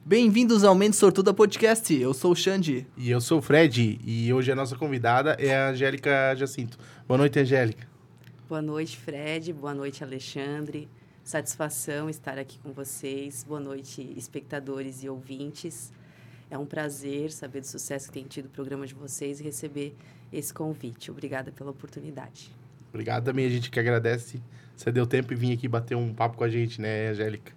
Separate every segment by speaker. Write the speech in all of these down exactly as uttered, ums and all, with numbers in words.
Speaker 1: Bem-vindos ao Mente Sortuda Podcast. Eu sou o Xande.
Speaker 2: E eu sou o Fred. E hoje a nossa convidada é a Angélica Jacinto. Boa noite, Angélica.
Speaker 3: Boa noite, Fred. Boa noite, Alexandre. Satisfação estar aqui com vocês. Boa noite, espectadores e ouvintes. É um prazer saber do sucesso que tem tido o programa de vocês e receber esse convite. Obrigada pela oportunidade.
Speaker 2: Obrigado também, a gente que agradece. Você deu tempo e vir aqui bater um papo com a gente, né, Angélica?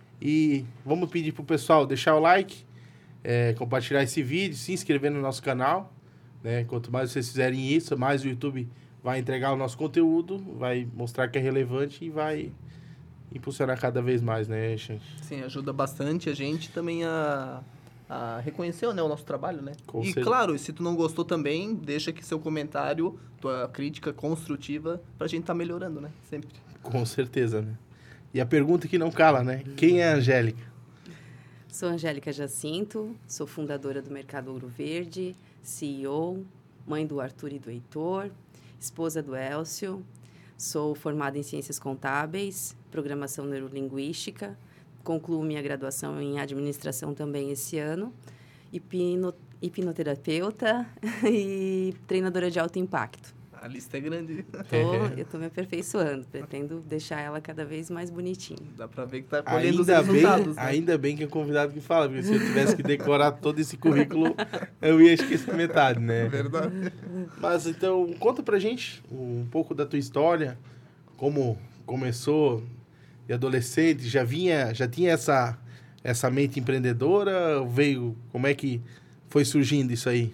Speaker 2: E vamos pedir pro pessoal deixar o like, é, compartilhar esse vídeo, se inscrever no nosso canal, né? Quanto mais vocês fizerem isso, mais o YouTube vai entregar o nosso conteúdo, vai mostrar que é relevante e vai impulsionar cada vez mais, né, Xande?
Speaker 1: Sim, ajuda bastante a gente também a, a reconhecer, né, o nosso trabalho, né?
Speaker 2: Com
Speaker 1: e
Speaker 2: certeza.
Speaker 1: claro, se tu não gostou também, deixa aqui seu comentário, tua crítica construtiva, pra gente estar tá melhorando, né? Sempre.
Speaker 2: Com certeza, né? E a pergunta que não cala, né? Quem é a Angélica?
Speaker 3: Sou Angélica Jacinto, sou fundadora do Mercado Ouro Verde, C E O, mãe do Arthur e do Heitor, esposa do Elcio, sou formada em Ciências Contábeis, Programação Neurolinguística, concluo minha graduação em Administração também esse ano, hipno, hipnoterapeuta e treinadora de alto impacto.
Speaker 1: A lista é grande.
Speaker 3: Tô, eu estou me aperfeiçoando, pretendo deixar ela cada vez mais bonitinha.
Speaker 1: Dá pra ver que tá colhendo os
Speaker 2: Ainda bem,
Speaker 1: resultados, né?
Speaker 2: ainda bem que é o convidado que fala, porque se eu tivesse que decorar todo esse currículo, eu ia esquecer metade, né?
Speaker 1: Verdade.
Speaker 2: Mas então, conta pra gente um pouco da tua história, como começou de adolescente, já vinha, já tinha essa, essa mente empreendedora, veio, como é que foi surgindo isso aí?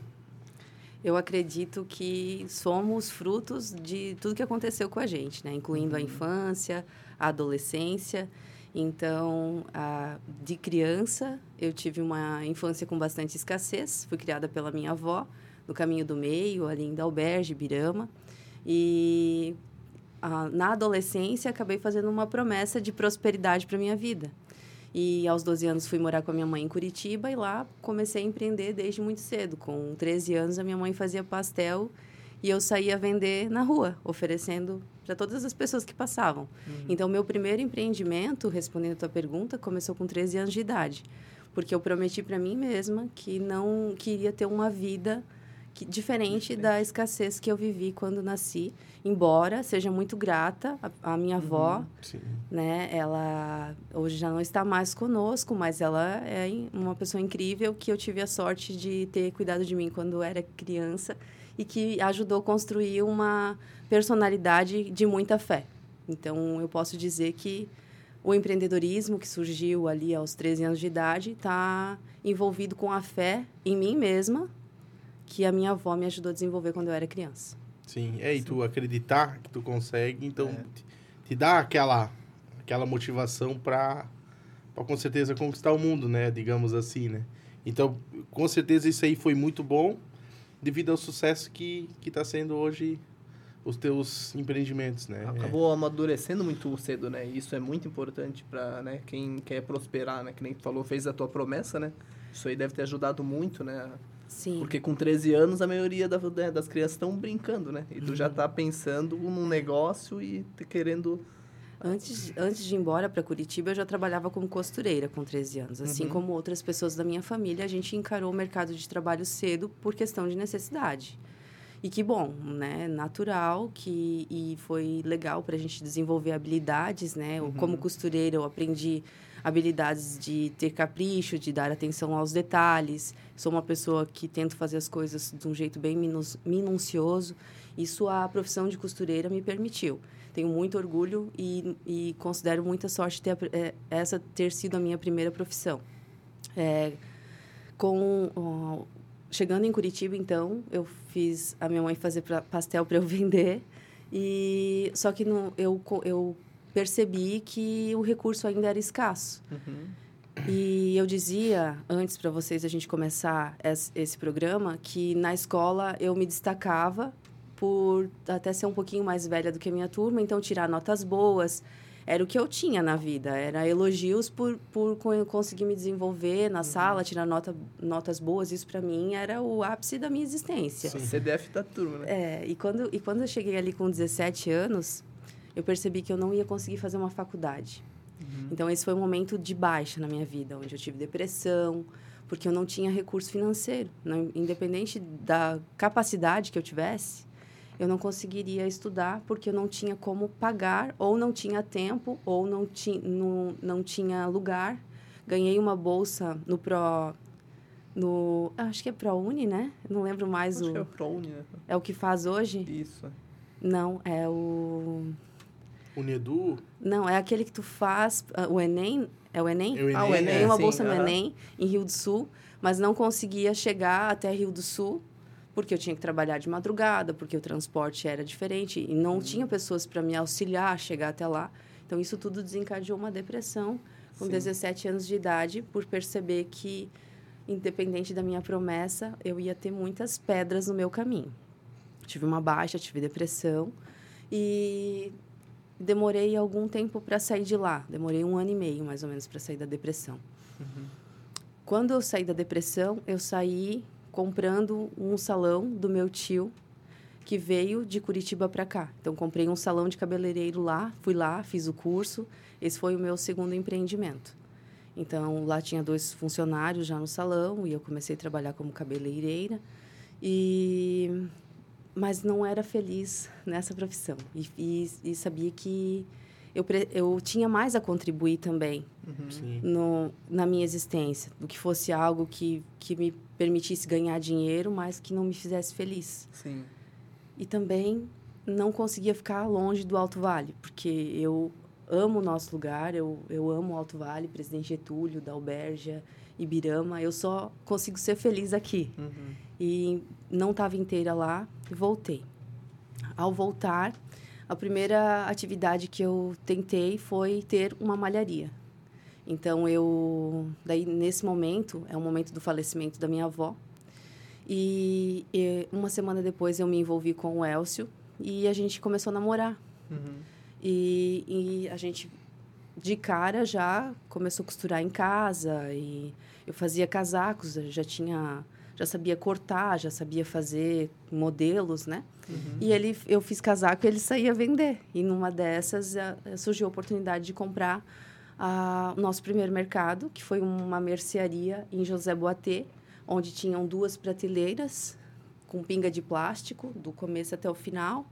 Speaker 3: Eu acredito que somos frutos de tudo que aconteceu com a gente, né? Incluindo uhum. a infância, a adolescência. Então, a, de criança, eu tive uma infância com bastante escassez. Fui criada pela minha avó, no Caminho do Meio, ali em Dalberge, Birama. E a, na adolescência, acabei fazendo uma promessa de prosperidade para a minha vida. E aos doze anos fui morar com a minha mãe em Curitiba e lá comecei a empreender desde muito cedo. Com treze anos a minha mãe fazia pastel e eu saía vender na rua, oferecendo para todas as pessoas que passavam. Uhum. Então, meu primeiro empreendimento, respondendo a tua pergunta, começou com treze anos de idade. Porque eu prometi para mim mesma que não queria ter uma vida que, diferente, diferente da escassez que eu vivi quando nasci. Embora seja muito grata à minha avó,
Speaker 2: uhum,
Speaker 3: né? Ela hoje já não está mais conosco, mas ela é uma pessoa incrível que eu tive a sorte de ter cuidado de mim quando eu era criança e que ajudou a construir uma personalidade de muita fé. Então, eu posso dizer que o empreendedorismo que surgiu ali aos treze anos de idade está envolvido com a fé em mim mesma, que a minha avó me ajudou a desenvolver quando eu era criança.
Speaker 2: Sim, é, e tu acreditar que tu consegue, então é. te, te dá aquela, aquela motivação para com certeza conquistar o mundo, né, digamos assim, né. Então, com certeza isso aí foi muito bom devido ao sucesso que que está sendo hoje os teus empreendimentos, né.
Speaker 1: Acabou é. amadurecendo muito cedo, né, isso é muito importante para, né, quem quer prosperar, né, que nem tu falou, fez a tua promessa, né, isso aí deve ter ajudado muito, né.
Speaker 3: Sim.
Speaker 1: Porque com treze anos, a maioria da, das crianças estão brincando, né? E tu uhum. já está pensando num negócio e querendo...
Speaker 3: Antes, antes de ir embora para Curitiba, eu já trabalhava como costureira com treze anos. Assim uhum. como outras pessoas da minha família, a gente encarou o mercado de trabalho cedo por questão de necessidade. E que bom, né? Natural, que, e foi legal para a gente desenvolver habilidades, né? Uhum. Como costureira, eu aprendi habilidades de ter capricho, de dar atenção aos detalhes. Sou uma pessoa que tento fazer as coisas de um jeito bem minus, minucioso. Isso a profissão de costureira me permitiu. Tenho muito orgulho e, e considero muita sorte ter é, essa ter sido a minha primeira profissão. É, com... Ó, chegando em Curitiba, então, eu fiz a minha mãe fazer pra, pastel para eu vender. E, só que no, eu, eu percebi que o recurso ainda era escasso. Uhum. E eu dizia, antes para vocês a gente começar esse, esse programa, que na escola eu me destacava por até ser um pouquinho mais velha do que a minha turma, então tirar notas boas. Era o que eu tinha na vida, era elogios por, por conseguir me desenvolver na uhum. sala, tirar nota, notas boas. Isso, para mim, era o ápice da minha existência.
Speaker 1: Sim. C D F da turma, né?
Speaker 3: É, e quando, e quando eu cheguei ali com dezessete anos, eu percebi que eu não ia conseguir fazer uma faculdade. Uhum. Então, esse foi um momento de baixa na minha vida, onde eu tive depressão, porque eu não tinha recurso financeiro. Não, independente da capacidade que eu tivesse, eu não conseguiria estudar porque eu não tinha como pagar, ou não tinha tempo, ou não, ti, não, não tinha lugar. Ganhei uma bolsa no Pro... No, acho que é ProUni, né? Não lembro mais
Speaker 1: acho
Speaker 3: o...
Speaker 1: que é o ProUni, né?
Speaker 3: É o que faz hoje?
Speaker 1: Isso.
Speaker 3: Não, é o...
Speaker 2: Unedu?
Speaker 3: Não, é aquele que tu faz... Uh, o Enem? É o Enem?
Speaker 2: É o Enem,
Speaker 3: ah, o Enem.
Speaker 2: É,
Speaker 3: uma
Speaker 1: sim,
Speaker 3: bolsa no
Speaker 1: uh-huh.
Speaker 3: Enem, em Rio do Sul, mas não conseguia chegar até Rio do Sul, porque eu tinha que trabalhar de madrugada, porque o transporte era diferente, e não hum. tinha pessoas para me auxiliar a chegar até lá. Então, isso tudo desencadeou uma depressão com sim. dezessete anos de idade, por perceber que, independente da minha promessa, eu ia ter muitas pedras no meu caminho. Tive uma baixa, tive depressão e demorei algum tempo para sair de lá. Demorei um ano e meio, mais ou menos, para sair da depressão. Uhum. Quando eu saí da depressão, eu saí comprando um salão do meu tio, que veio de Curitiba para cá. Então, comprei um salão de cabeleireiro lá, fui lá, fiz o curso. Esse foi o meu segundo empreendimento. Então, lá tinha dois funcionários já no salão e eu comecei a trabalhar como cabeleireira. E... Mas não era feliz nessa profissão. E, e, e sabia que eu, eu tinha mais a contribuir também uhum. no, na minha existência. Do que fosse algo que, que me permitisse ganhar dinheiro, mas que não me fizesse feliz.
Speaker 1: Sim.
Speaker 3: E também não conseguia ficar longe do Alto Vale, porque eu amo o nosso lugar, eu, eu amo o Alto Vale, Presidente Getúlio, Dalbergia, Ibirama. Eu só consigo ser feliz aqui. Uhum. E não estava inteira lá e voltei. Ao voltar, a primeira atividade que eu tentei foi ter uma malharia. Então, eu... Daí, nesse momento, é o momento do falecimento da minha avó. E, e uma semana depois, eu me envolvi com o Elcio e a gente começou a namorar. Uhum. E, e a gente, de cara, já começou a costurar em casa. E eu fazia casacos, já tinha... Já sabia cortar, já sabia fazer modelos, né? Uhum. E ele, eu fiz casaco e ele saía vender. E numa dessas, a, surgiu a oportunidade de comprar a, o nosso primeiro mercado, que foi uma mercearia em José Boatê, onde tinham duas prateleiras com pinga de plástico, do começo até o final.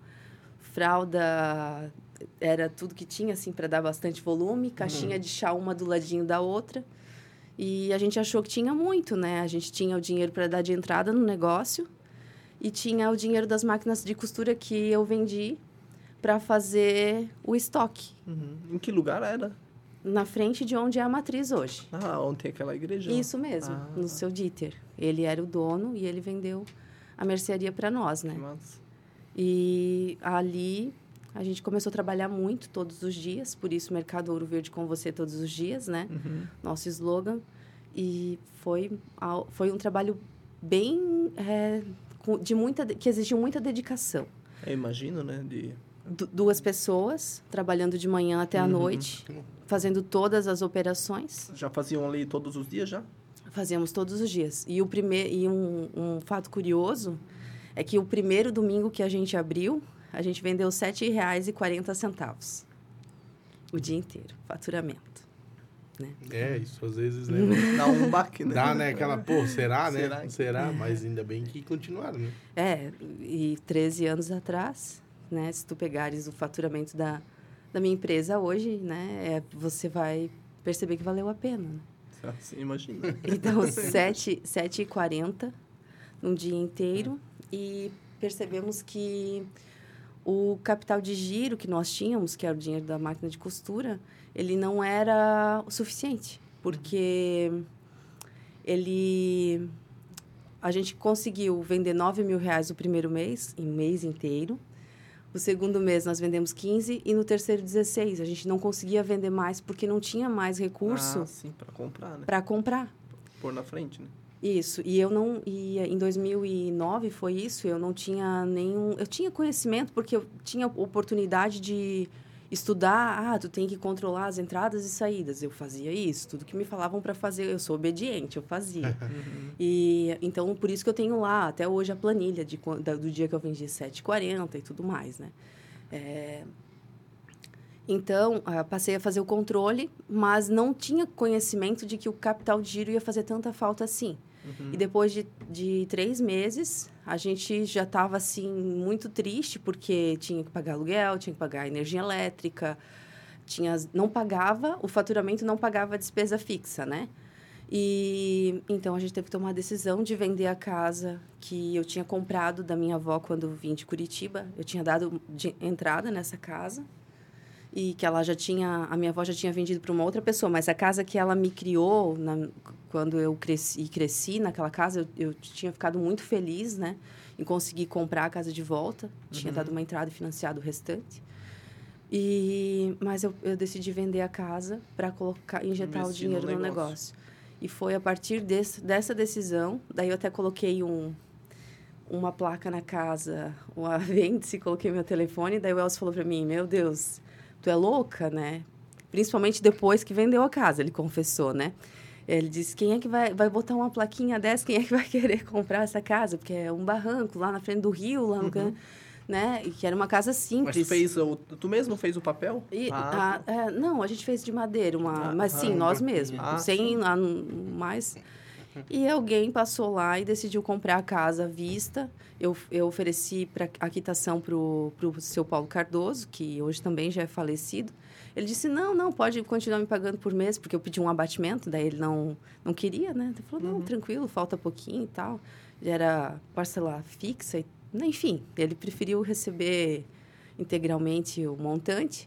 Speaker 3: Fralda era tudo que tinha, assim, para dar bastante volume. Caixinha uhum. de chá, uma do ladinho da outra. E a gente achou que tinha muito, né? A gente tinha o dinheiro para dar de entrada no negócio e tinha o dinheiro das máquinas de costura que eu vendi para fazer o estoque.
Speaker 1: Uhum. Em que lugar era?
Speaker 3: Na frente de onde é a matriz hoje.
Speaker 1: Ah, onde tem aquela igreja?
Speaker 3: Isso mesmo, ah. no seu Dieter. Ele era o dono e ele vendeu a mercearia para nós, né?
Speaker 1: Nossa.
Speaker 3: E ali a gente começou a trabalhar muito todos os dias, por isso Mercado Ouro Verde com você todos os dias, né? Uhum. Nosso slogan. E foi, foi um trabalho bem... É, de muita, que exigiu muita dedicação.
Speaker 1: Eu imagino, né? De...
Speaker 3: Du- duas pessoas trabalhando de manhã até a uhum. noite, fazendo todas as operações.
Speaker 1: Já faziam ali todos os dias, já?
Speaker 3: Fazíamos todos os dias. E, o primeir, e um, um fato curioso é que o primeiro domingo que a gente abriu, a gente vendeu sete reais e quarenta centavos. O dia inteiro, faturamento. Né?
Speaker 2: É, isso às vezes, né?
Speaker 1: Dá um baque, né?
Speaker 2: Dá, né? Aquela, pô, será, né?
Speaker 1: Será?
Speaker 2: Será? É. Mas ainda bem que continuaram, né?
Speaker 3: É, e treze anos atrás, né? Se tu pegares o faturamento da, da minha empresa hoje, né? É, você vai perceber que valeu a pena, né?
Speaker 1: Sim, imagina.
Speaker 3: Então, sete e quarenta num dia inteiro e percebemos que o capital de giro que nós tínhamos, que era o dinheiro da máquina de costura, ele não era o suficiente, porque ele... A gente conseguiu vender nove mil reais o primeiro mês, em um mês inteiro. O segundo mês nós vendemos quinze e no terceiro dezesseis. A gente não conseguia vender mais porque não tinha mais recurso.
Speaker 1: Ah, sim, para comprar, né?
Speaker 3: Para comprar.
Speaker 1: Pôr na frente, né?
Speaker 3: Isso. E eu não... E em dois mil e nove foi isso. Eu não tinha nenhum... Eu tinha conhecimento porque eu tinha oportunidade de estudar. Ah, tu tem que controlar as entradas e saídas. Eu fazia isso. Tudo que me falavam para fazer, eu sou obediente, eu fazia. Uhum. E então, por isso que eu tenho lá, até hoje, a planilha de, da, do dia que eu vendi sete e quarenta e tudo mais, né? É... Então, ah, passei a fazer o controle, mas não tinha conhecimento de que o capital de giro ia fazer tanta falta assim. Uhum. E depois de, de três meses, a gente já estava, assim, muito triste, porque tinha que pagar aluguel, tinha que pagar energia elétrica, tinha, não pagava, o faturamento não pagava a despesa fixa, né? E então a gente teve que tomar a decisão de vender a casa que eu tinha comprado da minha avó quando vim de Curitiba. Eu tinha dado de entrada nessa casa e que ela já tinha, a minha avó já tinha vendido para uma outra pessoa, mas a casa que ela me criou na, quando eu cresci, cresci naquela casa, eu, eu tinha ficado muito feliz, né, em conseguir comprar a casa de volta. Uhum. Tinha dado uma entrada e financiado o restante. E mas eu, eu decidi vender a casa para colocar, injetar Investir o dinheiro no, no negócio. negócio. E foi a partir desse, dessa decisão, daí eu até coloquei um, uma placa na casa, uma vende-se, coloquei meu telefone, daí o Elcio falou para mim, meu Deus, tu é louca, né? Principalmente depois que vendeu a casa, ele confessou, né? Ele disse, quem é que vai, vai botar uma plaquinha dessa, quem é que vai querer comprar essa casa? Porque é um barranco lá na frente do rio, lá no... Uhum. Né? E que era uma casa simples.
Speaker 1: Mas tu, fez o, tu mesmo fez o papel?
Speaker 3: E, ah, a, é, não, a gente fez de madeira, uma, ah, mas sim, ah, nós mesmos, ah, sem a, mais. E alguém passou lá e decidiu comprar a casa à vista. Eu, eu ofereci para a quitação para o seu Paulo Cardoso, que hoje também já é falecido. Ele disse, não, não, pode continuar me pagando por mês, porque eu pedi um abatimento, daí ele não, não queria, né? Ele falou, não, uhum. tranquilo, falta pouquinho e tal. Ele era parcela fixa e enfim, ele preferiu receber integralmente o montante.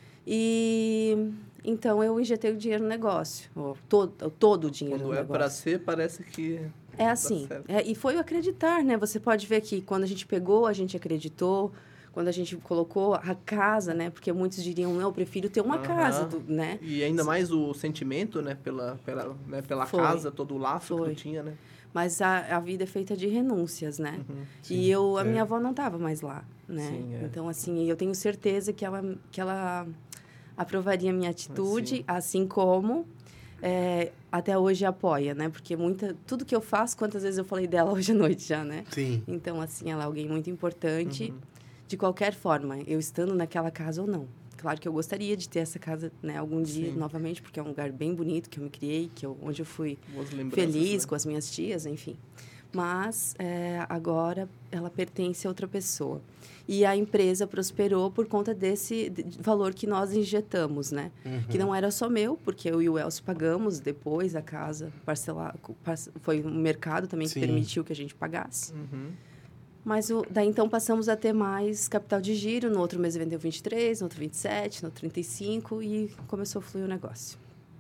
Speaker 3: E então eu injetei o dinheiro no negócio, todo, todo o dinheiro
Speaker 1: quando
Speaker 3: no
Speaker 1: é
Speaker 3: negócio.
Speaker 1: Para ser, parece que
Speaker 3: é assim. É, e foi o acreditar, né? Você pode ver que quando a gente pegou, a gente acreditou. Quando a gente colocou a casa, né? Porque muitos diriam, não, eu prefiro ter uma uhum. casa, né?
Speaker 1: E ainda mais o sentimento, né? Pela, pela, né? pela casa, todo o laço foi. que tu tinha, né?
Speaker 3: Mas a, a vida é feita de renúncias, né? Uhum, sim, e eu, a é. minha avó não estava mais lá, né? Sim, é. Então, assim, eu tenho certeza que ela, que ela aprovaria a minha atitude, assim, assim como é, até hoje apoia, né? Porque muita, tudo que eu faço, quantas vezes eu falei dela hoje à noite já, né?
Speaker 2: Sim.
Speaker 3: Então, assim, ela é alguém muito importante. Uhum. De qualquer forma, eu estando naquela casa ou não. Claro que eu gostaria de ter essa casa, né, algum dia Sim. novamente, porque é um lugar bem bonito que eu me criei, que eu, onde eu fui feliz né? com as minhas tias, enfim. Mas é, agora ela pertence a outra pessoa. E a empresa prosperou por conta desse valor que nós injetamos, né? Uhum. Que não era só meu, porque eu e o Elcio pagamos depois a casa, parcelar, foi o mercado também Sim. que permitiu que a gente pagasse. Uhum. Mas o, daí, então, passamos a ter mais capital de giro. No outro mês vendeu vinte e três, no outro vinte e sete, no outro trinta e cinco e começou a fluir o negócio.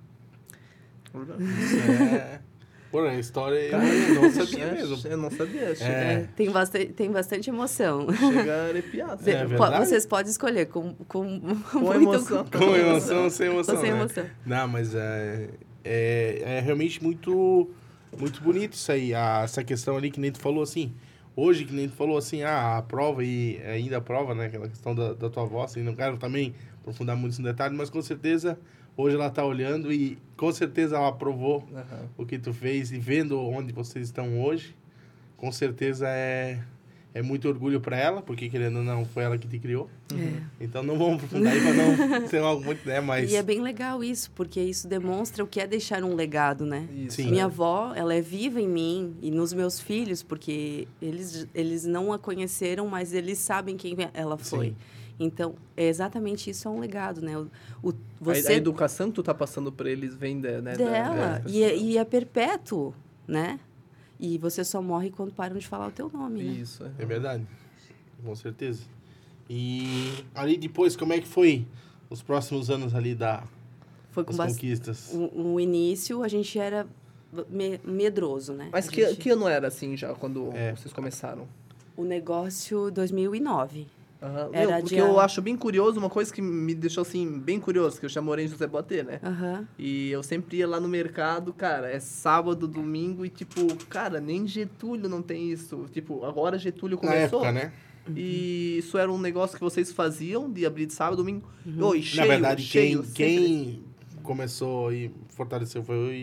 Speaker 2: É... Pô, a história eu não sabia mesmo.
Speaker 1: Eu não sabia. Chega...
Speaker 3: É, tem, bastante, tem bastante emoção.
Speaker 1: Chega a arrepiar.
Speaker 2: É verdade?
Speaker 3: Vocês podem escolher com, com,
Speaker 1: com muito, emoção.
Speaker 2: Com, com emoção, sem emoção.
Speaker 3: Ou sem
Speaker 2: né?
Speaker 3: emoção.
Speaker 2: Não, mas é, é, é realmente muito, muito bonito isso aí. A, essa questão ali que nem tu falou assim... Hoje, que nem tu falou assim, ah, a prova e ainda a prova, né? Aquela questão da, da tua avó, assim, não quero também aprofundar muito no detalhe, mas com certeza hoje ela tá olhando e com certeza ela aprovou uhum. o que tu fez e vendo onde vocês estão hoje, com certeza é, é muito orgulho para ela, porque querendo ou não, foi ela que te criou.
Speaker 3: É.
Speaker 2: Então não vamos aprofundar aí para não ser algo muito, né? Mas...
Speaker 3: E é bem legal isso, porque isso demonstra o que é deixar um legado, né?
Speaker 2: Isso. Sim.
Speaker 3: Minha avó, ela é viva em mim e nos meus filhos, porque eles, eles não a conheceram, mas eles sabem quem ela foi. Sim. Então, é exatamente isso, é um legado, né? O, o, você...
Speaker 1: a, a educação que tu tá passando para eles vem de, né,
Speaker 3: dela.
Speaker 1: Da,
Speaker 3: e, é, e é perpétuo, né? E você só morre quando param de falar o teu nome, né?
Speaker 1: Isso.
Speaker 2: É, é verdade. Com certeza. E ali depois, como é que foi os próximos anos ali da,
Speaker 3: foi com
Speaker 2: das conquistas?
Speaker 3: O, o início, a gente era me, medroso, né?
Speaker 1: Mas
Speaker 3: a
Speaker 1: que,
Speaker 3: gente...
Speaker 1: que ano era, assim, já, quando
Speaker 2: é.
Speaker 1: vocês começaram?
Speaker 3: O negócio, dois mil e nove.
Speaker 1: Uhum. Era Meu, porque de... eu acho bem curioso, uma coisa que me deixou, assim, bem curioso, que eu já morei em José Botê, né?
Speaker 3: Uhum.
Speaker 1: E eu sempre ia lá no mercado, cara, é sábado, domingo, e tipo, cara, nem Getúlio não tem isso. Tipo, agora Getúlio começou.
Speaker 2: Na época, né?
Speaker 1: E isso era um negócio que vocês faziam, de abrir de sábado, domingo.
Speaker 3: Uhum.
Speaker 1: Oh, e cheio,
Speaker 2: Na verdade,
Speaker 1: cheio,
Speaker 2: quem, quem começou e fortaleceu foi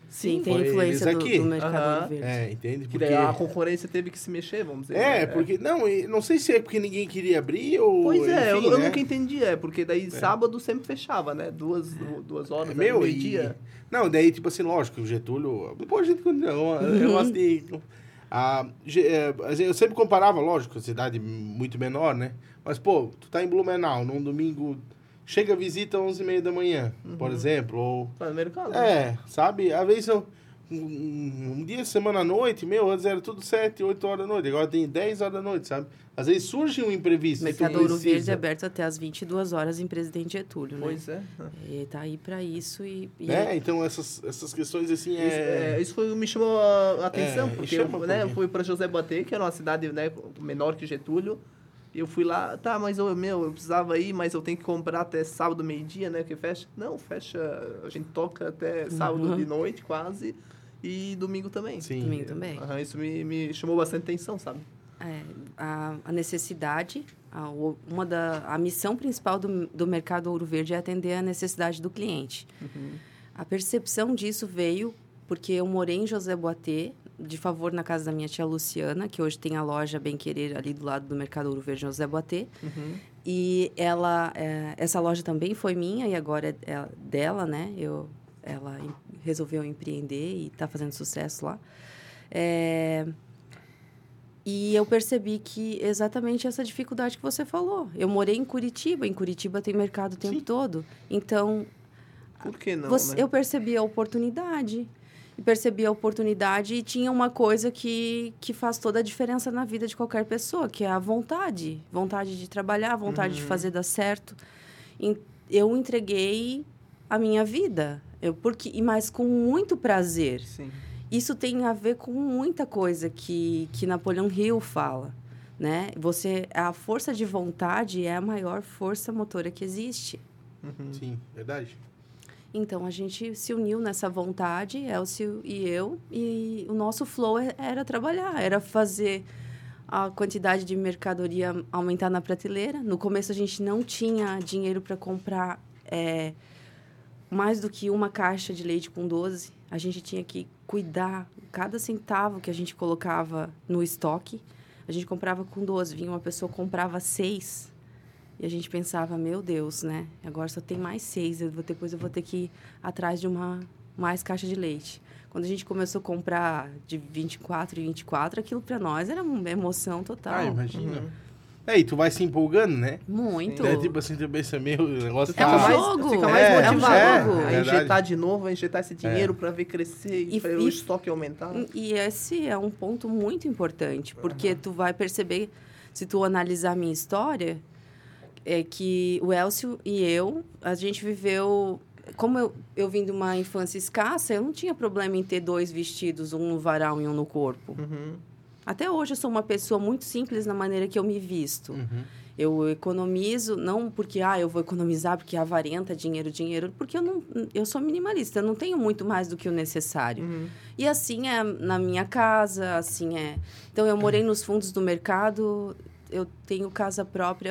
Speaker 3: Sim, tem
Speaker 2: foi
Speaker 3: influência
Speaker 2: eles
Speaker 3: do,
Speaker 2: aqui.
Speaker 3: do mercado
Speaker 1: Aham.
Speaker 3: Ouro Verde.
Speaker 2: É, entende?
Speaker 1: Que daí a concorrência teve que se mexer, vamos dizer.
Speaker 2: É,
Speaker 1: né?
Speaker 2: porque... Não, e não sei se é porque ninguém queria abrir ou...
Speaker 1: Pois é, eu,
Speaker 2: enfim,
Speaker 1: eu
Speaker 2: né?
Speaker 1: nunca entendi, é, porque daí sábado sempre fechava, né? Duas, duas horas,
Speaker 2: É
Speaker 1: né?
Speaker 2: meu,
Speaker 1: meio-dia.
Speaker 2: e... Não, daí, tipo assim, lógico, o Getúlio... Depois a gente continua. Eu gosto de... Ah, Ge- é, eu sempre comparava, lógico, cidade muito menor, né? Mas, pô, tu tá em Blumenau, num domingo... Chega a visita às onze e meia da manhã, por exemplo, ou...
Speaker 1: Vai no mercado.
Speaker 2: É, sabe? Às vezes eu... Um, um dia, semana à noite, meu, antes era tudo sete, oito horas da noite. Agora tem dez horas da noite, sabe? Às vezes surge um imprevisto.
Speaker 3: O
Speaker 2: tu
Speaker 3: Mercado Ouro
Speaker 2: precisa.
Speaker 3: Verde é aberto até às vinte e duas horas em Presidente Getúlio, né?
Speaker 1: Pois é.
Speaker 3: E tá aí pra isso e... e
Speaker 2: É, então essas, essas questões assim
Speaker 1: Isso,
Speaker 2: é...
Speaker 1: é, isso foi, me chamou a atenção,
Speaker 2: É,
Speaker 1: porque
Speaker 2: chama
Speaker 1: eu, né, eu
Speaker 2: porque-
Speaker 1: fui para José Batê, que era uma cidade, né, menor que Getúlio. E eu fui lá, tá, mas eu, meu, eu precisava ir, mas eu tenho que comprar até sábado, meio-dia, né, que fecha. Não, fecha, a gente toca até sábado
Speaker 3: Uhum.
Speaker 1: de noite, quase, e domingo também.
Speaker 2: Sim.
Speaker 3: Domingo também.
Speaker 1: Aham, isso me, me chamou bastante atenção, sabe?
Speaker 3: É, a, a necessidade, a, o- uma da, a missão principal do, do Mercado Ouro Verde é atender a necessidade do cliente. A percepção disso veio porque eu morei em José Boatê, de favor na casa da minha tia Luciana, que hoje tem a loja Bem Querer ali do lado do Mercado Ouro Verde, José Boatê.
Speaker 1: Uhum.
Speaker 3: E ela, é, essa loja também foi minha e agora é, é dela, né? Eu, ela em- resolveu empreender e está fazendo sucesso lá. É, e eu percebi que exatamente essa dificuldade que você falou. Eu morei em Curitiba, em Curitiba tem mercado o tempo
Speaker 2: Sim.
Speaker 3: todo. Então,
Speaker 1: Por que não,
Speaker 3: você-
Speaker 1: né?
Speaker 3: eu percebi a oportunidade. E percebi a oportunidade e tinha uma coisa que, que faz toda a diferença na vida de qualquer pessoa, que é a vontade. Vontade de trabalhar, vontade de fazer dar certo. E eu entreguei a minha vida. Eu, porque, e mas com muito prazer.
Speaker 1: Sim.
Speaker 3: Isso tem a ver com muita coisa que, que Napoleão Hill fala, né? Você, a força de vontade é a maior força motora que existe.
Speaker 1: Uhum.
Speaker 2: Sim, verdade.
Speaker 3: Então, a gente se uniu nessa vontade, Elcio e eu, e o nosso flow é- era trabalhar, era fazer a quantidade de mercadoria aumentar na prateleira. No começo, a gente não tinha dinheiro para comprar é, mais do que uma caixa de leite com doze. A gente tinha que cuidar cada centavo que a gente colocava no estoque. A gente comprava com doze, vinha uma pessoa comprava seis. E a gente pensava, meu Deus, né? Agora só tem mais seis, eu vou, depois eu vou ter que ir atrás de uma mais caixa de leite. Quando a gente começou a comprar de vinte e quatro e vinte e quatro, aquilo para nós era uma emoção total.
Speaker 2: Ah, imagina. É, e tu vai se empolgando, né?
Speaker 3: Muito.
Speaker 2: É tipo assim, tu pensa, meu, o negócio
Speaker 1: Fica
Speaker 3: É um
Speaker 2: tá...
Speaker 1: mais,
Speaker 3: jogo.
Speaker 1: fica mais
Speaker 2: É,
Speaker 1: motivado
Speaker 3: é um jogo.
Speaker 1: a
Speaker 2: É
Speaker 1: injetar
Speaker 2: verdade.
Speaker 1: de novo, a injetar esse dinheiro para ver crescer e,
Speaker 3: E-
Speaker 1: para o
Speaker 3: e-
Speaker 1: estoque aumentar.
Speaker 3: E esse é um ponto muito importante, porque tu vai perceber, se tu analisar a minha história, é que o Elcio e eu, a gente viveu... Como eu, eu vim de uma infância escassa, eu não tinha problema em ter dois vestidos, um no varal e um no corpo.
Speaker 1: Uhum.
Speaker 3: Até hoje eu sou uma pessoa muito simples na maneira que eu me visto.
Speaker 2: Uhum.
Speaker 3: Eu economizo, não porque ah, eu vou economizar porque é avarenta, dinheiro, dinheiro, porque eu não eu sou minimalista, eu não tenho muito mais do que o necessário.
Speaker 1: Uhum.
Speaker 3: E assim é na minha casa, assim é. Então eu morei nos fundos do mercado, eu tenho casa própria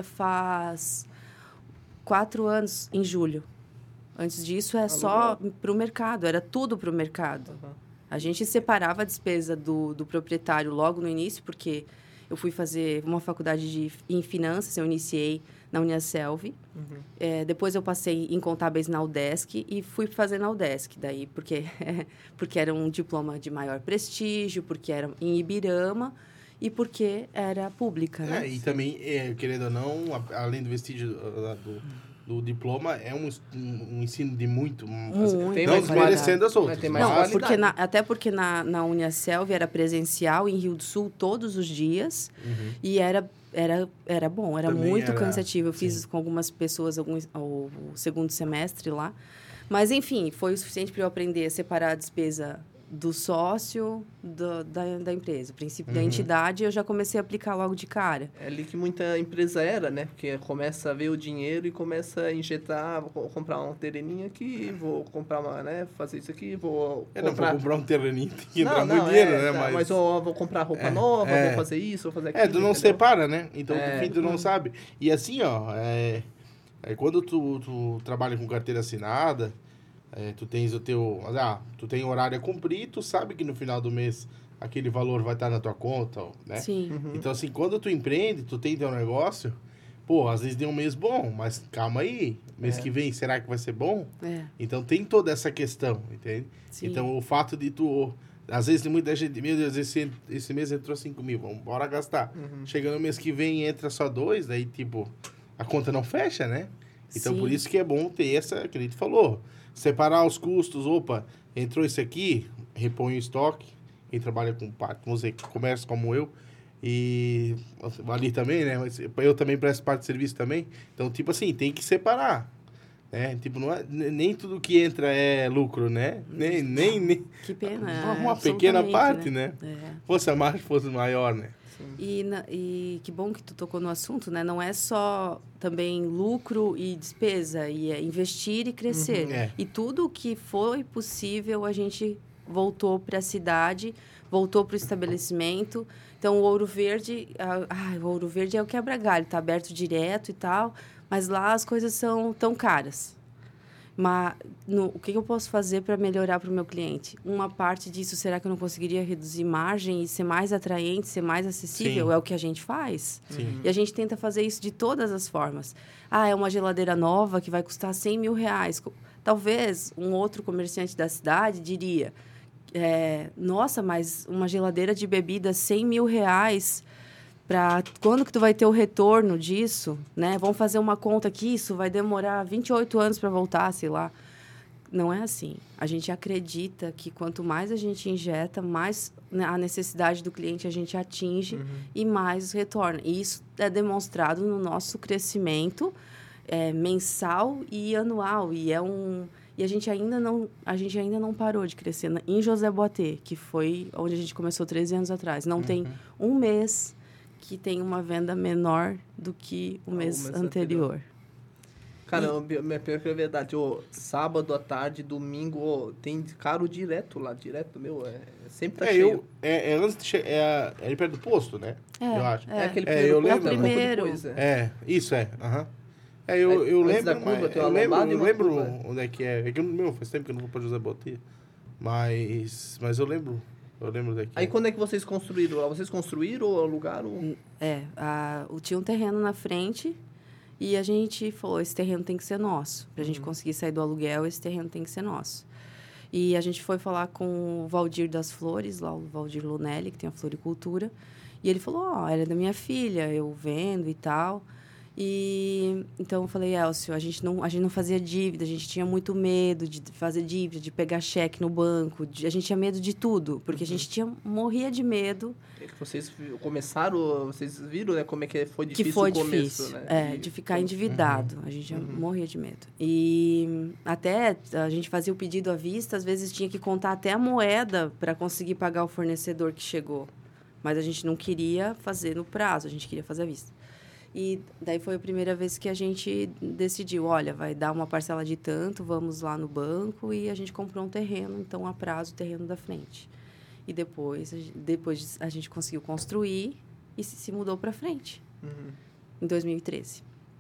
Speaker 3: faz quatro anos, em julho. Antes disso é só para o mercado, era tudo para o mercado.
Speaker 1: Uhum.
Speaker 3: A gente separava a despesa do, do proprietário logo no início, porque eu fui fazer uma faculdade de, em finanças, eu iniciei na Uniaselv.
Speaker 1: Uhum.
Speaker 3: É, depois eu passei em contábeis na UDESC e fui fazer na UDESC, daí porque, porque era um diploma de maior prestígio, porque era em Ibirama e porque era pública, né?
Speaker 2: É, e também, é, querendo ou não, a- além do vestígio do, do, do diploma, é um, um ensino de muito... um- assim,
Speaker 3: Muito
Speaker 1: Tem
Speaker 2: não
Speaker 1: mais
Speaker 2: desmerecendo as outras.
Speaker 1: tem mais
Speaker 3: Não,
Speaker 2: mas-
Speaker 1: qualidade.
Speaker 3: porque na, até porque na, na Uniaselv era presencial em Rio do Sul todos os dias
Speaker 2: Uhum.
Speaker 3: e era, era, era bom, era
Speaker 2: Também
Speaker 3: muito
Speaker 2: era,
Speaker 3: cansativo. Eu fiz
Speaker 2: sim.
Speaker 3: com algumas pessoas alguns, o, o segundo semestre lá. Mas, enfim, foi o suficiente para eu aprender a separar a despesa do sócio do, da, da empresa. O princípio da
Speaker 2: Uhum.
Speaker 3: entidade eu já comecei a aplicar logo de cara.
Speaker 1: É ali que muita empresa era, né? Porque começa a ver o dinheiro e começa a injetar, vou co- comprar uma terreninha aqui, vou comprar uma, né? Fazer isso aqui, vou
Speaker 2: É, não, pra
Speaker 1: comprar...
Speaker 2: comprar um terreninho tem que entrar
Speaker 1: Não,
Speaker 2: muito
Speaker 1: não,
Speaker 2: dinheiro,
Speaker 1: é,
Speaker 2: né?
Speaker 1: tá,
Speaker 2: Mas,
Speaker 1: mas eu vou comprar roupa
Speaker 2: É,
Speaker 1: nova,
Speaker 2: é.
Speaker 1: vou fazer isso, vou fazer aquilo.
Speaker 2: é, tu não
Speaker 1: entendeu?
Speaker 2: separa, né? Então,
Speaker 1: É.
Speaker 2: tu, tu não sabe. E assim, ó, é, é, quando tu, tu trabalha com carteira assinada, É, tu tens o teu... Ah, tu tem horário a cumprir, tu sabe que no final do mês aquele valor vai estar na tua conta, né?
Speaker 3: Sim.
Speaker 1: Uhum.
Speaker 2: Então, assim, quando tu empreende, tu tem teu negócio, pô, às vezes deu um mês bom, mas calma aí, mês
Speaker 1: É.
Speaker 2: que vem, será que vai ser bom?
Speaker 3: É.
Speaker 2: Então, tem toda essa questão, entende?
Speaker 3: Sim.
Speaker 2: Então, o fato de tu... Às vezes tem muita gente, meu Deus, esse, esse mês entrou cinco mil, vamos bora gastar.
Speaker 1: Uhum.
Speaker 2: Chegando no mês que vem, entra só dois, daí, tipo, a conta não fecha, né? Então,
Speaker 3: Sim.
Speaker 2: por isso que é bom ter essa, que a gente falou, separar os custos, opa, entrou esse aqui, repõe o estoque, quem trabalha com parte, vamos dizer, comércio como eu, e ali também, né? Mas eu também presto parte de serviço também. Então, tipo assim, tem que separar. Né? Tipo, não é, nem tudo que entra é lucro, né? Nem, nem, nem
Speaker 3: Que pena.
Speaker 2: uma,
Speaker 3: é,
Speaker 2: uma pequena
Speaker 3: absolutamente,
Speaker 2: parte, né?
Speaker 3: É.
Speaker 2: Fosse a margem, fosse maior, né?
Speaker 3: E, na- e que bom que tu tocou no assunto, né? Não é só também lucro e despesa, e é investir e crescer.
Speaker 2: Uhum, é.
Speaker 3: E tudo que foi possível, a gente voltou para a cidade, voltou para o estabelecimento. Então, o Ouro Verde... Ah, ai, o Ouro Verde é o quebra-galho, tá aberto direto e tal, mas lá as coisas são tão caras. Mas no, o que eu posso fazer para melhorar para o meu cliente? Uma parte disso, será que eu não conseguiria reduzir margem e ser mais atraente, ser mais acessível?
Speaker 2: Sim.
Speaker 3: É o que a gente faz.
Speaker 2: Sim.
Speaker 3: E a gente tenta fazer isso de todas as formas. Ah, é uma geladeira nova que vai custar cem mil reais. Talvez um outro comerciante da cidade diria, é, nossa, mas uma geladeira de bebida, cem mil reais... Para quando que tu vai ter o retorno disso, né? Vamos fazer uma conta que isso vai demorar vinte e oito anos para voltar, sei lá. Não é assim. A gente acredita que quanto mais a gente injeta, mais a necessidade do cliente a gente atinge
Speaker 1: Uhum.
Speaker 3: e mais retorna. E isso é demonstrado no nosso crescimento é, mensal e anual. E é um e a gente ainda não a gente ainda não parou de crescer em José Boatê, que foi onde a gente começou treze anos atrás. Não
Speaker 2: Uhum.
Speaker 3: tem um mês que tem uma venda menor do que o
Speaker 1: Ah, o
Speaker 3: mês,
Speaker 1: mês
Speaker 3: anterior.
Speaker 1: anterior. Cara, e... minha pior que é verdade. Ô, sábado à tarde, domingo, ô, tem carro direto lá, direto, meu. É, sempre tá
Speaker 2: É,
Speaker 1: cheio.
Speaker 2: eu, é, é antes de che- é, a- é ali perto do posto, né?
Speaker 3: É,
Speaker 2: eu acho.
Speaker 3: é.
Speaker 1: aquele
Speaker 2: É,
Speaker 1: primeiro
Speaker 2: eu
Speaker 1: ponto,
Speaker 2: lembro.
Speaker 1: é um pouco
Speaker 3: Primeiro.
Speaker 1: depois, é.
Speaker 2: É, isso é. Aham. É, eu,
Speaker 1: Aí,
Speaker 2: eu
Speaker 1: antes
Speaker 2: lembro,
Speaker 1: da curva,
Speaker 2: mas-
Speaker 1: tem
Speaker 2: eu
Speaker 1: uma
Speaker 2: lembro,
Speaker 1: lombada e
Speaker 2: eu
Speaker 1: uma
Speaker 2: lembro
Speaker 1: curva.
Speaker 2: onde é que é. É que, meu, faz tempo que eu não vou pra José Boatê. Mas, mas eu lembro, eu lembro daqui.
Speaker 1: Aí quando é que vocês construíram lá? Vocês construíram ou alugaram?
Speaker 3: É, a, o- tinha um terreno na frente e a gente falou, esse terreno tem que ser nosso. Para a gente conseguir sair do aluguel, esse terreno tem que ser nosso. E a gente foi falar com o Valdir das Flores, lá o Valdir Lunelli, que tem a floricultura. E ele falou, ó, ela é da minha filha, eu vendo e tal. E então eu falei, Elcio, a gente não, a gente não fazia dívida, a gente tinha muito medo de fazer dívida, de pegar cheque no banco, de- a gente tinha medo de tudo, porque a gente tinha, morria de medo
Speaker 1: É que vocês vi- começaram, vocês viram, né, como é que foi difícil
Speaker 3: que foi
Speaker 1: o começo,
Speaker 3: difícil,
Speaker 1: né?
Speaker 3: é,
Speaker 1: E-
Speaker 3: de ficar endividado. A gente morria de medo. E até a gente fazia o pedido à vista, às vezes tinha que contar até a moeda para conseguir pagar o fornecedor que chegou. Mas a gente não queria fazer no prazo, a gente queria fazer à vista. E daí foi a primeira vez que a gente decidiu, olha, vai dar uma parcela de tanto, vamos lá no banco, e a gente comprou um terreno, então a prazo o terreno da frente. E depois, a gen- depois a gente conseguiu construir e se, se mudou para frente,
Speaker 1: Uhum.
Speaker 3: em dois mil e treze.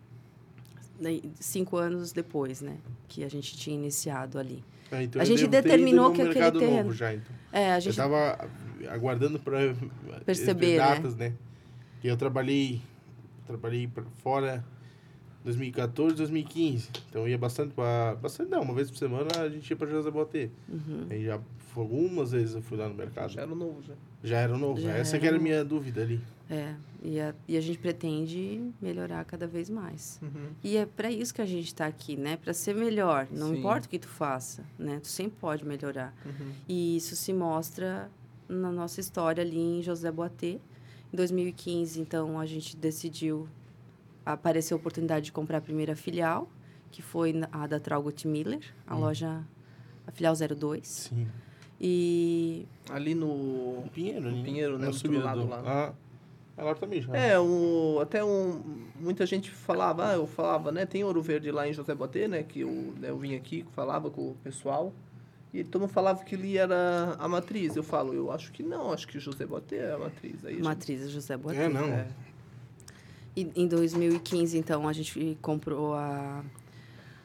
Speaker 3: Daí, cinco anos depois, né, que a gente tinha iniciado ali.
Speaker 2: É, então
Speaker 3: a
Speaker 2: eu
Speaker 3: gente
Speaker 2: devo ter
Speaker 3: determinou
Speaker 2: ido no
Speaker 3: que aquele
Speaker 2: mercado
Speaker 3: terreno-
Speaker 2: novo já, então.
Speaker 3: É, a
Speaker 2: Eu
Speaker 3: gente
Speaker 2: estava aguardando para
Speaker 3: Perceber, né?
Speaker 2: datas, né? Que eu trabalhei, trabalhei pra fora dois mil e quatorze, dois mil e quinze. Então eu ia bastante para bastante não, uma vez por semana a gente ia para José Boatê.
Speaker 3: Uhum.
Speaker 2: Aí já algumas vezes eu fui lá no mercado.
Speaker 1: Já era novo, já.
Speaker 2: Já era novo.
Speaker 3: Já
Speaker 2: Essa
Speaker 3: era
Speaker 2: que era a
Speaker 3: novo.
Speaker 2: minha dúvida ali.
Speaker 3: É, e a, e a gente pretende melhorar cada vez mais.
Speaker 1: Uhum.
Speaker 3: E é para isso que a gente está aqui, né? Para ser melhor. Não
Speaker 1: Sim.
Speaker 3: importa o que tu faça, né? Tu sempre pode melhorar.
Speaker 1: Uhum.
Speaker 3: E isso se mostra na nossa história ali em José Boatê. Em dois mil e quinze, então, a gente decidiu... Apareceu a oportunidade de comprar a primeira filial, que foi na- a da Traugott Miller, a
Speaker 2: Hum.
Speaker 3: loja... A filial zero dois.
Speaker 2: Sim.
Speaker 3: E...
Speaker 1: Ali no...
Speaker 2: No Pinheiro ali.
Speaker 1: No Pinheiro, né?
Speaker 2: Na
Speaker 1: Do outro
Speaker 2: subida
Speaker 1: lado
Speaker 2: do-
Speaker 1: lá.
Speaker 2: Ah, agora também já.
Speaker 1: É, o, até um, muita gente falava, ah, eu falava, né, tem Ouro Verde lá em José Boatê, né, que eu, né, eu vim aqui, falava com o pessoal, e todo mundo falava que ele era a matriz. Eu falo, eu acho que não, acho que José Boatê é a matriz. Aí a gente-
Speaker 3: Matriz José Boatê.
Speaker 2: É, não.
Speaker 1: É.
Speaker 3: E em dois mil e quinze, então, a gente comprou a,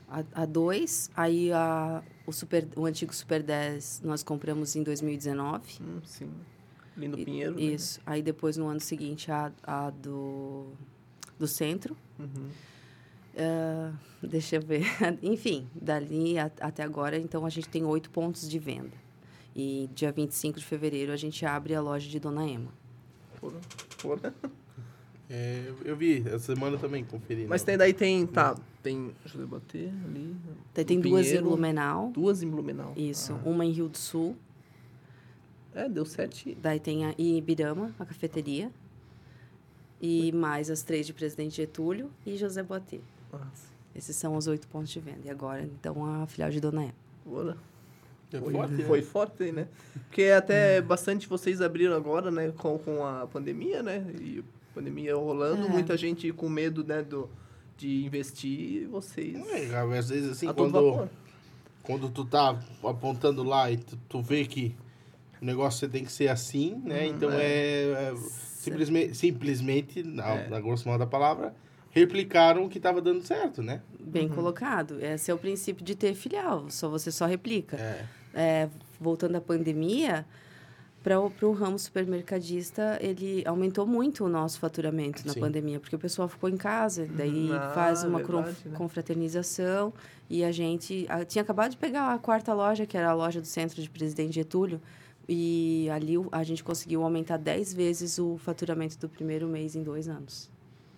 Speaker 3: a, a dois, aí a, o, super, o antigo Super dez nós compramos em dois mil e dezenove.
Speaker 1: Hum, sim. Ali no
Speaker 3: E-
Speaker 1: Pinheiro. né?
Speaker 3: Isso. Aí depois, no ano seguinte, a, a do, do centro.
Speaker 1: Uhum.
Speaker 3: Ah, deixa eu ver. Enfim, dali a- até agora, então, a gente tem oito pontos de venda. E dia vinte e cinco de fevereiro, a gente abre a loja de Dona Ema.
Speaker 1: Foram, foram.
Speaker 2: É, eu- eu vi, essa semana também conferi.
Speaker 1: Mas
Speaker 2: né?
Speaker 1: tem, daí tem, tá, tem José Botê ali.
Speaker 3: Daí
Speaker 1: no
Speaker 3: tem duas em
Speaker 1: Pinheiro,
Speaker 3: Blumenau.
Speaker 1: Duas em Blumenau.
Speaker 3: Isso.
Speaker 1: Ah.
Speaker 3: Uma em Rio do Sul.
Speaker 1: É, deu sete.
Speaker 3: Daí tem a, em Ibirama, a cafeteria. E mais as três de Presidente Getúlio e José Boatê.
Speaker 1: Nossa,
Speaker 3: Esses são os oito pontos de venda. E agora, então, a filial de Dona Ema.
Speaker 1: bora.
Speaker 2: É
Speaker 1: Foi,
Speaker 2: forte, né?
Speaker 1: foi forte aí, né? Porque até bastante vocês abriram agora, né? Com, com a pandemia, né? E a pandemia rolando,
Speaker 3: É.
Speaker 1: muita gente com medo, né? Do, de investir e vocês...
Speaker 2: É, às vezes assim,
Speaker 1: a todo
Speaker 2: quando,
Speaker 1: vapor.
Speaker 2: quando tu tá apontando lá e tu, tu vê que o negócio tem que ser assim, né?
Speaker 1: Uhum,
Speaker 2: então
Speaker 1: é.
Speaker 2: é, é simplesmente, simplesmente na,
Speaker 1: É.
Speaker 2: na grosso modo da palavra, replicaram o que estava dando certo, né?
Speaker 3: Bem
Speaker 1: Uhum.
Speaker 3: colocado. Esse é o princípio de ter filial. Só você só replica.
Speaker 2: É.
Speaker 3: É, voltando à pandemia, para o ramo supermercadista, ele aumentou muito o nosso faturamento na
Speaker 2: Sim.
Speaker 3: pandemia, porque o pessoal ficou em casa, daí
Speaker 1: Ah,
Speaker 3: faz uma
Speaker 1: verdade,
Speaker 3: cron-
Speaker 1: né?
Speaker 3: confraternização, e a gente a, tinha acabado de pegar a quarta loja, que era a loja do centro de Presidente Getúlio, e ali o- a gente conseguiu aumentar dez vezes o faturamento do primeiro mês em dois anos.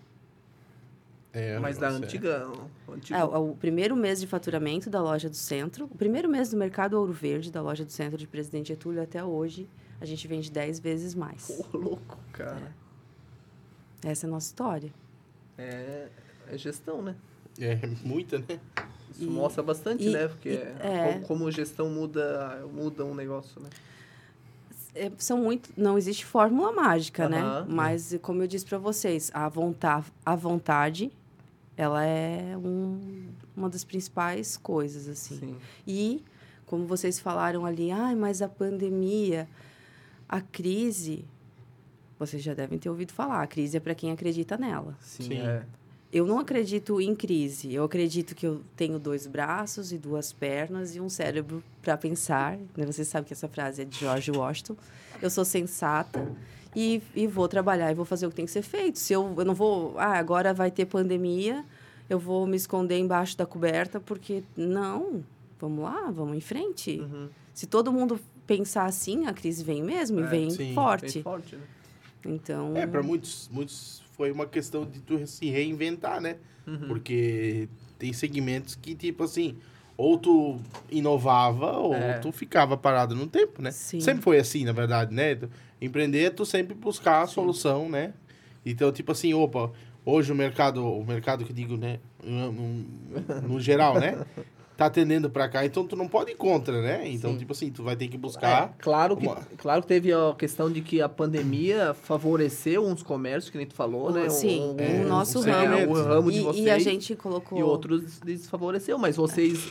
Speaker 2: É,
Speaker 1: Mas da
Speaker 2: nossa, é.
Speaker 1: antiga... o antigo-
Speaker 3: É, o o primeiro mês de faturamento da loja do centro, o primeiro mês do mercado Ouro Verde, da loja do centro de Presidente Getúlio, até hoje, a gente vende dez vezes mais.
Speaker 1: Pô, louco, cara.
Speaker 3: Essa é a nossa história.
Speaker 1: É, é gestão, né?
Speaker 2: É muita, né?
Speaker 1: Isso
Speaker 3: E-
Speaker 1: mostra bastante,
Speaker 3: e-
Speaker 1: né? Porque
Speaker 3: e- é.
Speaker 1: como, como gestão muda, muda um negócio, né?
Speaker 3: É, são muito, não existe fórmula mágica, né?
Speaker 1: Aham.
Speaker 3: Mas, como eu disse para vocês, a vontade, a vontade, ela é um, uma das principais coisas, assim.
Speaker 1: Sim.
Speaker 3: E, como vocês falaram ali, ai, mas a pandemia, a crise, vocês já devem ter ouvido falar, a crise é para quem acredita nela.
Speaker 1: Sim,
Speaker 2: Sim.
Speaker 1: é.
Speaker 3: Eu não acredito em crise. Eu acredito que eu tenho dois braços e duas pernas e um cérebro para pensar. Né? Você sabe que essa frase é de George Washington. Eu sou sensata e, e vou trabalhar e vou fazer o que tem que ser feito. Se eu, eu não vou... Ah, agora vai ter pandemia, eu vou me esconder embaixo da coberta porque... Não, vamos lá, vamos em frente.
Speaker 1: Uhum.
Speaker 3: Se todo mundo pensar assim, a crise vem mesmo e
Speaker 1: É,
Speaker 3: vem
Speaker 2: sim,
Speaker 3: forte.
Speaker 1: Bem forte, né?
Speaker 3: Então...
Speaker 2: É, para muitos, muitos foi uma questão de tu se reinventar, né?
Speaker 1: Uhum.
Speaker 2: Porque tem segmentos que, tipo assim, ou tu inovava ou
Speaker 1: É.
Speaker 2: tu ficava parado no tempo, né?
Speaker 3: Sim.
Speaker 2: Sempre foi assim, na verdade, né? Tu- Empreender é tu sempre buscar a solução, né? Então, tipo assim, opa, hoje o mercado, o mercado que digo, né? No, no- no geral, né? Tá atendendo pra cá, então tu não pode ir contra, né? Então,
Speaker 1: Sim.
Speaker 2: tipo assim, tu vai ter que
Speaker 1: É,
Speaker 2: buscar...
Speaker 1: claro, que,
Speaker 2: uma-
Speaker 1: claro que teve a questão de que a pandemia favoreceu uns comércios, que nem tu falou, né?
Speaker 3: Sim,
Speaker 2: É,
Speaker 3: o nosso
Speaker 2: um
Speaker 3: ramo.
Speaker 2: segmento.
Speaker 1: O ramo de
Speaker 3: E,
Speaker 1: vocês.
Speaker 3: e a gente colocou...
Speaker 1: E outros desfavoreceu, mas vocês,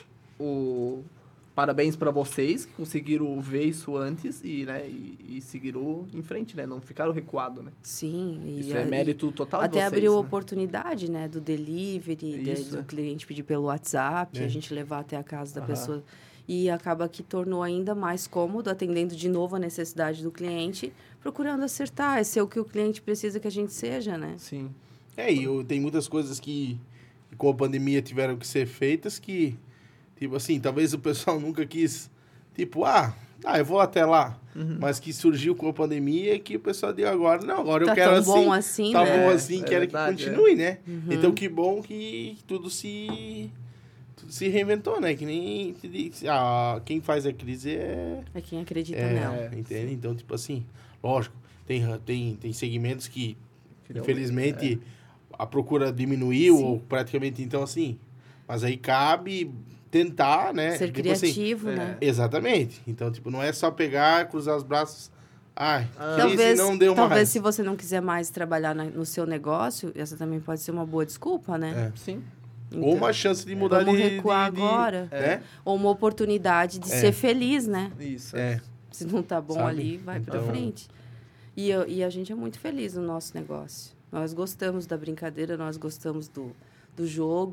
Speaker 1: o parabéns para vocês que conseguiram ver isso antes e, né, e, e seguiram em frente, né? Não ficaram recuados, né?
Speaker 3: Sim. E
Speaker 1: Isso
Speaker 3: a-
Speaker 1: é mérito total de
Speaker 3: Até
Speaker 1: vocês.
Speaker 3: abriu
Speaker 1: né?
Speaker 3: oportunidade, né? Do delivery, de-
Speaker 1: Isso,
Speaker 3: do
Speaker 1: é.
Speaker 3: cliente pedir pelo WhatsApp,
Speaker 2: É.
Speaker 3: a gente levar até a casa da
Speaker 1: Aham.
Speaker 3: pessoa. E acaba que tornou ainda mais cômodo, atendendo de novo a necessidade do cliente, procurando acertar, é ser o que o cliente precisa que a gente seja, né?
Speaker 1: Sim.
Speaker 2: É, e eu, tem muitas coisas que, que com a pandemia tiveram que ser feitas que, tipo assim, talvez o pessoal nunca quis, tipo, ah, ah eu vou até lá.
Speaker 1: Uhum.
Speaker 2: Mas que surgiu com a pandemia e que o pessoal deu agora, não, agora eu
Speaker 3: Tá
Speaker 2: quero
Speaker 3: tão
Speaker 2: assim.
Speaker 3: bom assim,
Speaker 2: tá
Speaker 3: né?
Speaker 2: bom
Speaker 1: É,
Speaker 2: assim,
Speaker 1: é
Speaker 2: quero
Speaker 1: verdade,
Speaker 2: que continue, né?
Speaker 3: Uhum.
Speaker 2: Então que bom que tudo se tudo se reinventou, né? Que nem te disse, ah, quem faz a crise é,
Speaker 3: É quem acredita
Speaker 2: é
Speaker 3: nela.
Speaker 2: entende? Então, tipo assim, lógico, tem tem tem segmentos que
Speaker 1: Que não-
Speaker 2: infelizmente a procura diminuiu
Speaker 3: Sim.
Speaker 2: ou praticamente então assim, mas aí cabe tentar, né?
Speaker 3: Ser
Speaker 2: Tipo assim,
Speaker 3: criativo,
Speaker 1: é.
Speaker 3: né?
Speaker 2: exatamente. Então, tipo, não é só pegar, cruzar os braços. Ai,
Speaker 1: Ah.
Speaker 2: crise
Speaker 3: Talvez,
Speaker 2: não deu
Speaker 3: talvez
Speaker 2: mais.
Speaker 3: se você não quiser mais trabalhar na- no seu negócio, essa também pode ser uma boa desculpa, né?
Speaker 2: É.
Speaker 1: Sim.
Speaker 3: Então,
Speaker 2: Ou uma chance de mudar
Speaker 3: vamos
Speaker 2: de,
Speaker 3: recuar
Speaker 2: de, de-
Speaker 3: agora.
Speaker 2: né?
Speaker 3: Ou uma oportunidade de
Speaker 2: É.
Speaker 3: ser feliz, né?
Speaker 1: Isso.
Speaker 2: É.
Speaker 3: Se não tá bom
Speaker 2: Sabe?
Speaker 3: ali, vai pra
Speaker 2: Então-
Speaker 3: frente. E, eu- e a gente é muito feliz no nosso negócio. Nós gostamos da brincadeira, nós gostamos do, do jogo.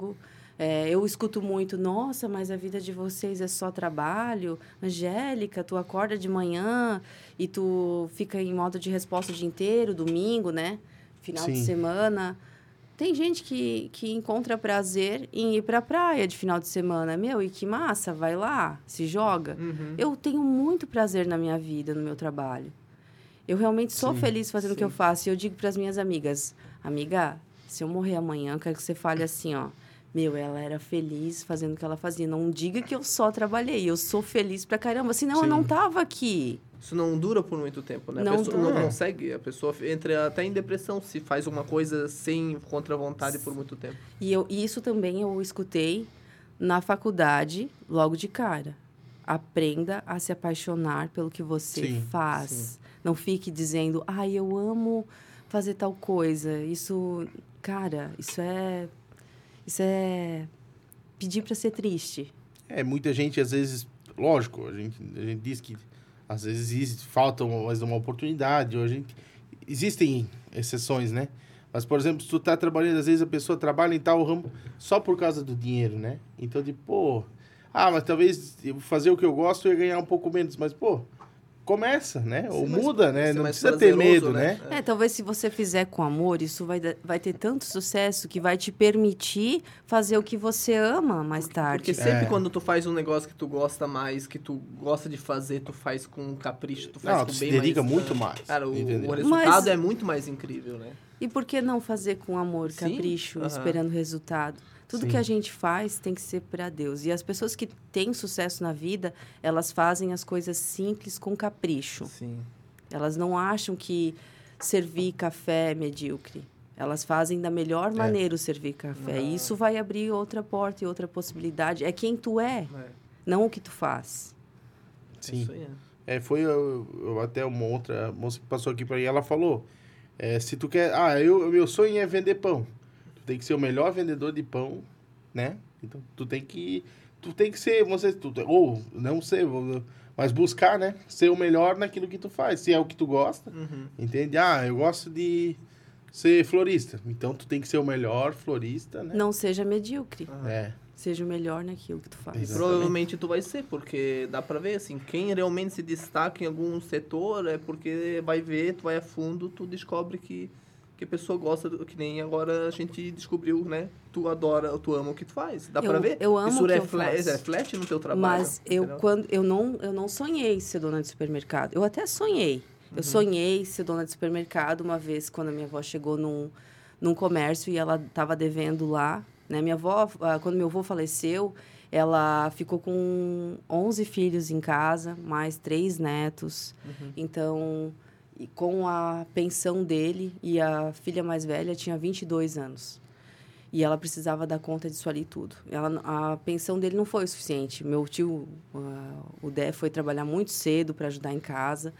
Speaker 3: É, eu escuto muito, nossa, mas a vida de vocês é só trabalho. Angélica, tu acorda de manhã e tu fica em modo de resposta o dia inteiro, domingo, né? Final
Speaker 2: Sim.
Speaker 3: de semana. Tem gente que, que encontra prazer em ir pra praia de final de semana. Meu, e que massa, vai lá, se joga.
Speaker 1: Uhum.
Speaker 3: Eu tenho muito prazer na minha vida, no meu trabalho. Eu realmente sou
Speaker 2: Sim,
Speaker 3: feliz fazendo o que
Speaker 1: sim.
Speaker 3: eu faço. E eu digo para as minhas amigas, amiga, se eu morrer amanhã, eu quero que você fale assim, ó. Meu, ela era feliz fazendo o que ela fazia. Não diga que eu só trabalhei. Eu sou feliz pra caramba. Senão
Speaker 2: Sim.
Speaker 3: eu não tava aqui.
Speaker 1: Isso não dura por muito tempo, né?
Speaker 3: Não
Speaker 1: a pessoa
Speaker 3: dura.
Speaker 1: não consegue. A pessoa entra até em depressão se faz uma coisa sem contra a vontade por muito tempo.
Speaker 3: E, eu, e isso também eu escutei na faculdade, logo de cara. Aprenda a se apaixonar pelo que você
Speaker 2: Sim,
Speaker 3: faz.
Speaker 1: sim.
Speaker 3: Não fique dizendo, ai, eu amo fazer tal coisa. Isso, cara, isso é... Isso é pedir para ser triste.
Speaker 2: É, muita gente, às vezes, lógico, a gente, a gente diz que às vezes existe, falta uma, mais uma oportunidade, ou a gente, existem exceções, né? Mas, por exemplo, se tu tá trabalhando, às vezes a pessoa trabalha em tal ramo só por causa do dinheiro, né? Então, de, pô, ah, mas talvez eu fazer o que eu gosto eu ia ganhar um pouco menos, mas, pô, começa, né? Ou
Speaker 1: mais-
Speaker 2: muda, né?
Speaker 1: ser
Speaker 2: Não
Speaker 1: mais
Speaker 2: precisa ter
Speaker 1: prazeroso,
Speaker 2: medo, né?
Speaker 3: É, talvez se você fizer com amor, isso vai, da- vai ter tanto sucesso que vai te permitir fazer o que você ama mais tarde.
Speaker 1: Porque sempre
Speaker 2: É.
Speaker 1: quando tu faz um negócio que tu gosta mais, que tu gosta de fazer, tu faz com capricho, tu faz
Speaker 2: Não,
Speaker 1: com
Speaker 2: tu se
Speaker 1: bem
Speaker 2: dedica
Speaker 1: mais...
Speaker 2: muito
Speaker 1: ah,
Speaker 2: mais,
Speaker 1: Cara, o,
Speaker 2: entendeu?
Speaker 1: o resultado
Speaker 3: Mas-
Speaker 1: é muito mais incrível, né?
Speaker 3: E por que não fazer com amor,
Speaker 1: Sim,
Speaker 3: capricho,
Speaker 1: aham.
Speaker 3: esperando resultado? Tudo
Speaker 2: Sim.
Speaker 3: que a gente faz tem que ser para Deus. E as pessoas que têm sucesso na vida, elas fazem as coisas simples com capricho.
Speaker 1: Sim.
Speaker 3: Elas não acham que servir café é medíocre. Elas fazem da melhor maneira o servir café.
Speaker 1: Ah.
Speaker 3: E isso vai abrir outra porta e outra possibilidade. É quem tu é,
Speaker 1: É,
Speaker 3: não o que tu faz.
Speaker 2: Sim.
Speaker 1: Isso aí, é.
Speaker 2: É, foi eu, eu- até uma outra moça que passou aqui para mim, ela falou, é, se tu quer, ah, eu, meu sonho é vender pão. Tu tem que ser o melhor vendedor de pão, né? Então, tu tem que, tu tem que ser, você, tu, ou não ser, mas buscar, né? Ser o melhor naquilo que tu faz, se é o que tu gosta,
Speaker 1: Uhum.
Speaker 2: entende? Ah, eu gosto de ser florista, então tu tem que ser o melhor florista, né?
Speaker 3: Não seja medíocre.
Speaker 1: Ah.
Speaker 2: É,
Speaker 3: Seja o melhor naquilo que tu faz.
Speaker 2: Exato.
Speaker 1: Provavelmente tu vai ser, porque dá pra ver, assim, quem realmente se destaca em algum setor é porque vai ver, tu vai a fundo, tu descobre que, que a pessoa gosta, do, que nem agora a gente descobriu, né? Tu adora, tu ama o que tu faz, dá
Speaker 3: Eu-
Speaker 1: pra ver?
Speaker 3: eu amo
Speaker 1: Isso
Speaker 3: o que eu
Speaker 1: reflete,
Speaker 3: faço.
Speaker 1: reflete no teu trabalho.
Speaker 3: Mas eu,
Speaker 1: entendeu?
Speaker 3: quando, eu, não, eu não sonhei ser dona de supermercado. Eu até sonhei. Eu sonhei ser dona de supermercado uma vez, quando a minha avó chegou num, num comércio e ela estava devendo lá. Né? Minha avó, ah, quando meu avô faleceu, ela ficou com onze filhos em casa, mais três netos.
Speaker 1: Uhum.
Speaker 3: Então, e com a pensão dele, e a filha mais velha tinha vinte e dois anos. E ela precisava dar conta disso ali tudo. Ela, a pensão dele não foi o suficiente. Meu tio, uh, o Dé, foi trabalhar muito cedo para ajudar em casa.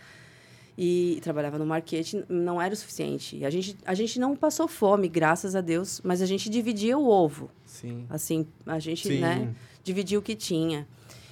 Speaker 3: E trabalhava no marketing, não era o suficiente. E a gente, a gente não passou fome, graças a Deus, mas a gente dividia o ovo.
Speaker 1: Sim.
Speaker 3: Assim, a gente,
Speaker 2: Sim.
Speaker 3: né, dividia o que tinha.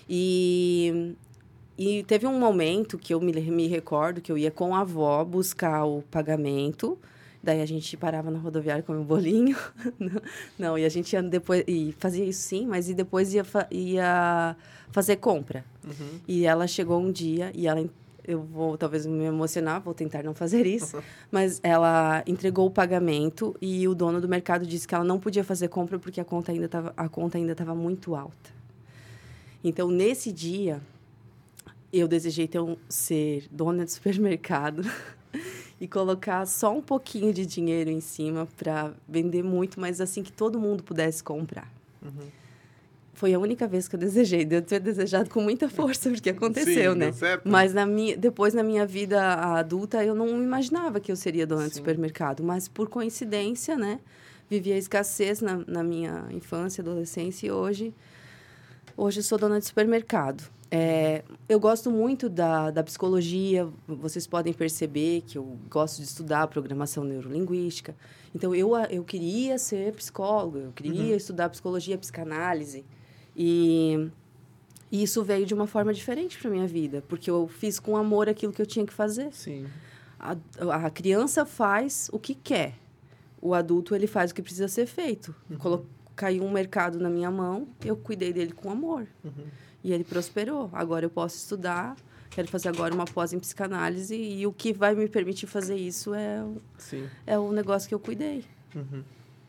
Speaker 3: E, e teve um momento que eu me, me recordo que eu ia com a avó buscar o pagamento. Daí a gente parava na rodoviária com um bolinho. não, não, e a gente ia depois... E fazia isso sim, mas e depois ia, fa, ia fazer compra.
Speaker 1: Uhum.
Speaker 3: E ela chegou um dia e ela... Eu vou talvez me emocionar, vou tentar não fazer isso. Mas ela entregou o pagamento e o dono do mercado disse que ela não podia fazer compra porque a conta ainda estava a conta ainda estava muito alta. Então, nesse dia, eu desejei ter um, ser dona de supermercado e colocar só um pouquinho de dinheiro em cima para vender muito, mas assim que todo mundo pudesse comprar.
Speaker 1: Uhum.
Speaker 3: Foi a única vez que eu desejei. Devo ter desejado com muita força, porque aconteceu,
Speaker 2: Sim,
Speaker 3: né?
Speaker 2: deu certo.
Speaker 3: Mas na minha, depois, na minha vida adulta, eu não imaginava que eu seria dona de
Speaker 1: Sim.
Speaker 3: supermercado. Mas, por coincidência, né? Vivi a escassez na, na minha infância, adolescência, e hoje, hoje sou dona de supermercado. É, eu gosto muito da, da psicologia. Vocês podem perceber que eu gosto de estudar programação neurolinguística. Então, eu, eu queria ser psicóloga, eu queria
Speaker 1: Uhum.
Speaker 3: estudar psicologia, psicanálise. E, e isso veio de uma forma diferente para minha vida, porque eu fiz com amor aquilo que eu tinha que fazer.
Speaker 1: Sim.
Speaker 3: A, a criança faz o que quer. O adulto, ele faz o que precisa ser feito.
Speaker 1: Uhum.
Speaker 3: Colo- caiu um mercado na minha mão, eu cuidei dele com amor. Uhum. E ele prosperou. Agora eu posso estudar, quero fazer agora uma pós em psicanálise e o que vai me permitir fazer isso é,
Speaker 1: Sim.
Speaker 3: é o negócio que eu cuidei.
Speaker 1: Uhum.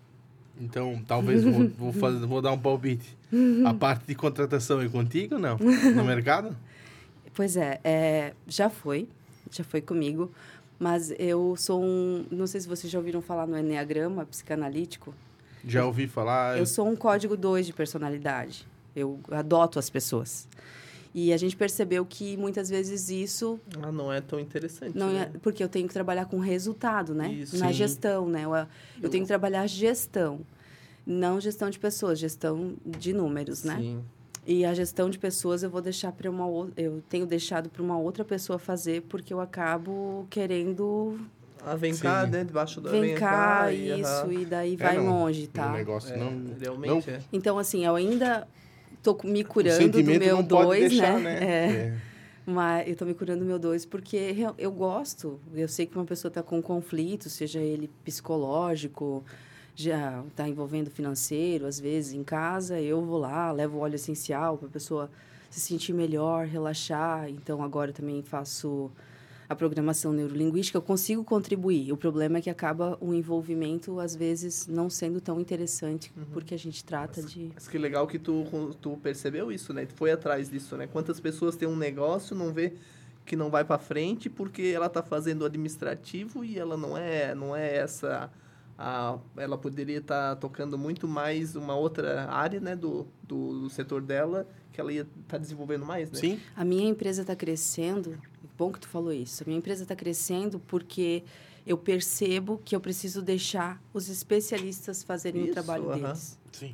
Speaker 2: Então, talvez vou, vou, fazer, vou dar um palpite. A parte de contratação é contigo ou não? No mercado?
Speaker 3: Pois é, é, já foi, já foi comigo, mas eu sou um... Não sei se vocês já ouviram falar no Enneagrama psicanalítico.
Speaker 2: Já ouvi falar.
Speaker 3: Eu sou um código dois de personalidade. Eu adoto as pessoas. E a gente percebeu que muitas vezes isso...
Speaker 1: Ah, não é tão interessante,
Speaker 3: não
Speaker 1: né?
Speaker 3: é, porque eu tenho que trabalhar com resultado, né?
Speaker 1: Isso.
Speaker 3: Na
Speaker 2: Sim.
Speaker 3: gestão, né? Eu, eu tenho que trabalhar gestão. Não gestão de pessoas, gestão de números, né?
Speaker 1: Sim.
Speaker 3: E a gestão de pessoas eu vou deixar para uma outra... Eu tenho deixado para uma outra pessoa fazer porque eu acabo querendo...
Speaker 1: Ah, vem
Speaker 2: Sim.
Speaker 1: cá, né? Debaixo da...
Speaker 3: Vem cá,
Speaker 1: e,
Speaker 3: isso,
Speaker 1: aham.
Speaker 3: e daí
Speaker 2: É,
Speaker 3: vai
Speaker 2: não,
Speaker 3: longe,
Speaker 2: O
Speaker 3: tá?
Speaker 2: negócio
Speaker 1: É,
Speaker 2: não...
Speaker 1: realmente
Speaker 2: não,
Speaker 1: é.
Speaker 3: Então, assim, eu ainda tô me
Speaker 2: o
Speaker 3: curando do
Speaker 2: sentimento
Speaker 3: meu
Speaker 2: não pode
Speaker 3: dois,
Speaker 2: deixar,
Speaker 3: né?
Speaker 2: né?
Speaker 3: É.
Speaker 2: É.
Speaker 3: Mas eu tô me curando do meu dois porque real- eu gosto. Eu sei que uma pessoa tá com um conflito, seja ele psicológico, já tá envolvendo financeiro, às vezes em casa, eu vou lá, levo óleo essencial para a pessoa se sentir melhor, relaxar. Então, agora eu também faço a programação neurolinguística, eu consigo contribuir. O problema é que acaba o envolvimento, às vezes, não sendo tão interessante, uhum. porque a gente trata de...
Speaker 1: Mas que legal que tu, tu percebeu isso, né? Tu foi atrás disso, né? Quantas pessoas têm um negócio, não vê que não vai para frente porque ela tá fazendo administrativo e ela não é, não é essa... A, ela poderia estar tá tocando muito mais uma outra área, né? Do, do, do setor dela, que ela ia estar tá desenvolvendo mais, né?
Speaker 2: Sim.
Speaker 3: A minha empresa está crescendo... Bom que tu falou isso. A minha empresa está crescendo porque eu percebo que eu preciso deixar os especialistas fazerem
Speaker 1: isso,
Speaker 3: o trabalho
Speaker 1: uh-huh.
Speaker 3: deles.
Speaker 2: Sim.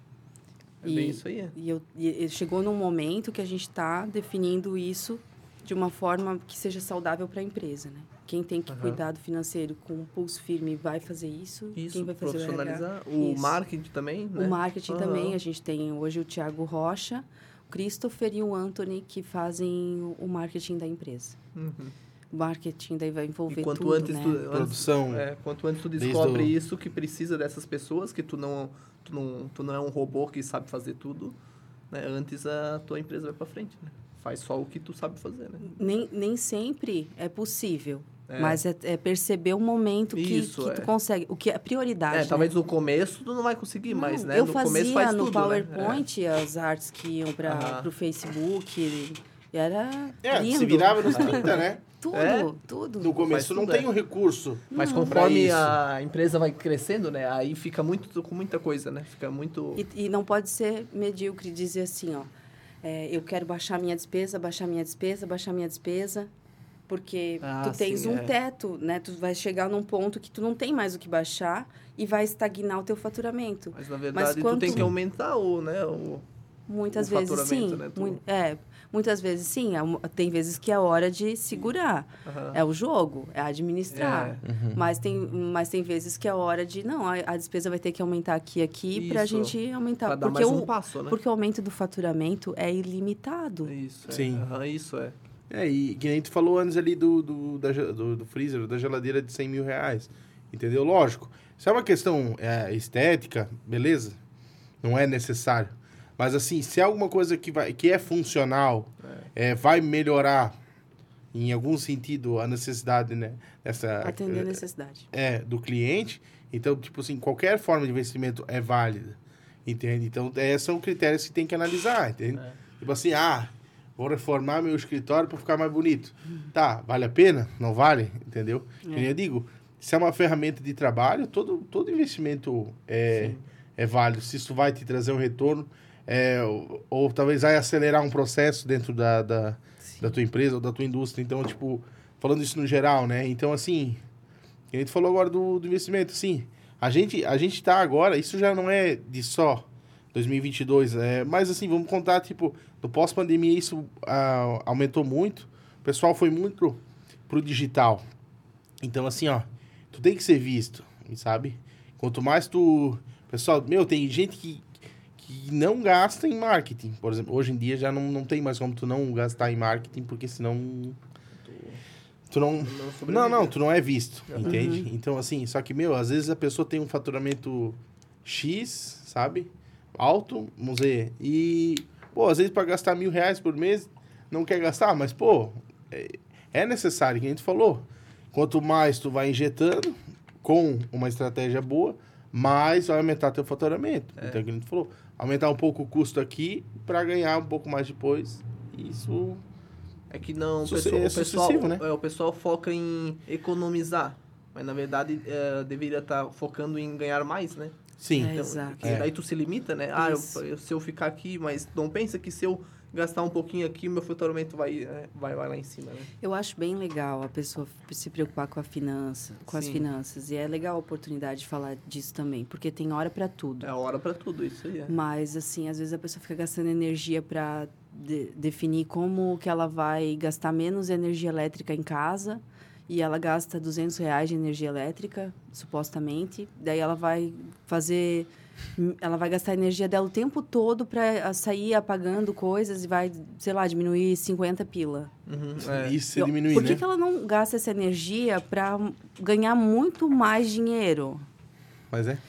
Speaker 1: É bem isso aí.
Speaker 3: E, eu, e chegou num momento que a gente está definindo isso de uma forma que seja saudável para a empresa, né? Quem tem que uh-huh. cuidar do financeiro com um pulso firme vai fazer isso.
Speaker 1: Isso,
Speaker 3: quem vai fazer
Speaker 1: profissionalizar.
Speaker 3: o R H.
Speaker 1: O
Speaker 3: isso.
Speaker 1: marketing também, né?
Speaker 3: O marketing
Speaker 1: uh-huh.
Speaker 3: também. A gente tem hoje o Thiago Rocha, Christopher e o Anthony, que fazem o marketing da empresa.
Speaker 1: Uhum.
Speaker 3: O marketing daí vai envolver
Speaker 1: e quanto
Speaker 3: tudo,
Speaker 1: antes
Speaker 3: né?
Speaker 1: Tu, antes,
Speaker 2: Produção.
Speaker 1: É, quanto antes tu descobre
Speaker 2: o...
Speaker 1: isso, que precisa dessas pessoas, que tu não, tu, não, tu não é um robô que sabe fazer tudo, né? Antes a tua empresa vai para frente, né? Faz só o que tu sabe fazer, né?
Speaker 3: Nem, nem sempre é possível.
Speaker 1: É.
Speaker 3: Mas é, é perceber o momento que,
Speaker 1: Isso,
Speaker 3: que
Speaker 1: é.
Speaker 3: tu consegue. O que é prioridade,
Speaker 1: É,
Speaker 3: né?
Speaker 1: talvez no começo tu não vai conseguir
Speaker 3: não,
Speaker 1: mais, né?
Speaker 3: Eu
Speaker 1: no
Speaker 3: fazia
Speaker 1: começo faz
Speaker 3: no
Speaker 1: tudo,
Speaker 3: PowerPoint
Speaker 1: né?
Speaker 3: as artes que iam para o Facebook. E era
Speaker 2: É,
Speaker 3: lindo.
Speaker 2: se virava nos trinta, né?
Speaker 3: Tudo,
Speaker 1: É.
Speaker 3: tudo.
Speaker 2: No começo
Speaker 1: Faz
Speaker 2: não
Speaker 1: tudo,
Speaker 2: tem
Speaker 1: é.
Speaker 2: um recurso.
Speaker 1: Mas
Speaker 3: Não.
Speaker 1: conforme
Speaker 2: Pra
Speaker 1: a empresa vai crescendo, né? Aí fica muito com muita coisa, né? Fica muito...
Speaker 3: E, e não pode ser medíocre dizer assim, ó. É, eu quero baixar minha despesa, baixar minha despesa, baixar minha despesa. Porque
Speaker 1: Ah,
Speaker 3: tu tens
Speaker 1: sim,
Speaker 3: um
Speaker 1: é.
Speaker 3: teto, né? Tu vai chegar num ponto que tu não tem mais o que baixar e vai estagnar o teu faturamento.
Speaker 1: Mas, na verdade,
Speaker 3: quanto-
Speaker 1: tu tem que aumentar o, né? O...
Speaker 3: Muitas
Speaker 1: o
Speaker 3: vezes
Speaker 1: faturamento,
Speaker 3: sim.
Speaker 1: né, tu-
Speaker 3: Mui- É, muitas vezes sim. É um- Tem vezes que é hora de segurar.
Speaker 1: Aham.
Speaker 3: É o jogo, é administrar.
Speaker 1: É.
Speaker 2: Uhum.
Speaker 3: Mas, tem, mas tem vezes que é hora de... Não, a, a despesa vai ter que aumentar aqui e aqui para a
Speaker 1: Isso.
Speaker 3: gente aumentar.
Speaker 1: Pra dar
Speaker 3: porque,
Speaker 1: mais
Speaker 3: o,
Speaker 1: um passo, né?
Speaker 3: porque o aumento do faturamento é ilimitado.
Speaker 1: Isso, é.
Speaker 2: Sim.
Speaker 1: Aham, isso é.
Speaker 2: É, e que nem tu falou antes ali do, do, da, ge- do, do freezer, da geladeira de cem mil reais. Entendeu? Lógico. Se é uma questão é, estética, beleza? Não é necessário. Mas assim, se é alguma coisa que, vai, que é funcional, é, vai melhorar em algum sentido a necessidade, né? Essa,
Speaker 3: Atender a necessidade.
Speaker 2: é, do cliente. Então, tipo assim, qualquer forma de investimento é válida. Entende? Então, é, são critérios que tem que analisar, entende?
Speaker 1: É.
Speaker 2: Tipo assim, ah, vou reformar meu escritório para ficar mais bonito. Tá, vale a pena? Não vale? Entendeu?
Speaker 3: É.
Speaker 2: Que nem eu digo, se é uma ferramenta de trabalho, todo, todo investimento é, é válido. Se isso vai te trazer um retorno, é, ou, ou talvez vai acelerar um processo dentro da, da, da tua empresa ou da tua indústria. Então, tipo, falando isso no geral, né? Então, assim, a gente falou agora do, do investimento, assim, a gente a gente tá agora, isso já não é de só dois mil e vinte e dois, é, mas assim, vamos contar, tipo, no pós-pandemia isso ah, aumentou muito, o pessoal foi muito pro digital. Então, assim, ó, tu tem que ser visto, sabe? Quanto mais tu... Pessoal, meu, tem gente que, que não gasta em marketing, por exemplo. Hoje em dia já não, não tem mais como tu não gastar em marketing, porque senão... Tu não...
Speaker 1: Não sobrevive.
Speaker 2: Não, não, tu não é visto,
Speaker 1: Uhum.
Speaker 2: entende? Então, assim, só que, meu, às vezes a pessoa tem um faturamento X, sabe? Alto, vamos dizer. E, pô, às vezes para gastar mil reais por mês, não quer gastar, mas, pô, é, é necessário, que a gente falou. Quanto mais tu vai injetando, com uma estratégia boa, mais vai aumentar teu faturamento. É. Então, é o que a gente falou. Aumentar um pouco o custo aqui para ganhar um pouco mais depois. Isso...
Speaker 1: É que não, o pessoal, é o, pessoal né? é, o pessoal foca em economizar, mas na verdade é, deveria estar focando em ganhar mais, né?
Speaker 2: Sim.
Speaker 1: Então,
Speaker 3: é, exato.
Speaker 1: É. Daí tu se limita, né? Ah, eu, eu, se eu ficar aqui, mas não pensa que se eu gastar um pouquinho aqui, o meu faturamento vai, é, vai, vai lá em cima, né?
Speaker 3: Eu acho bem legal a pessoa se preocupar com a finança, com Sim. as finanças. E é legal a oportunidade de falar disso também, porque tem hora para tudo.
Speaker 1: É hora para tudo, isso aí. É.
Speaker 3: Mas, assim, às vezes a pessoa fica gastando energia para de, definir como que ela vai gastar menos energia elétrica em casa, e ela gasta duzentos reais de energia elétrica, supostamente. Daí ela vai fazer... Ela vai gastar a energia dela o tempo todo para sair apagando coisas e vai, sei lá, diminuir cinquenta pila.
Speaker 2: Uhum, é. Isso é diminuir,
Speaker 3: Por
Speaker 2: né?
Speaker 3: que, que ela não gasta essa energia para ganhar muito mais dinheiro?
Speaker 2: Mas é?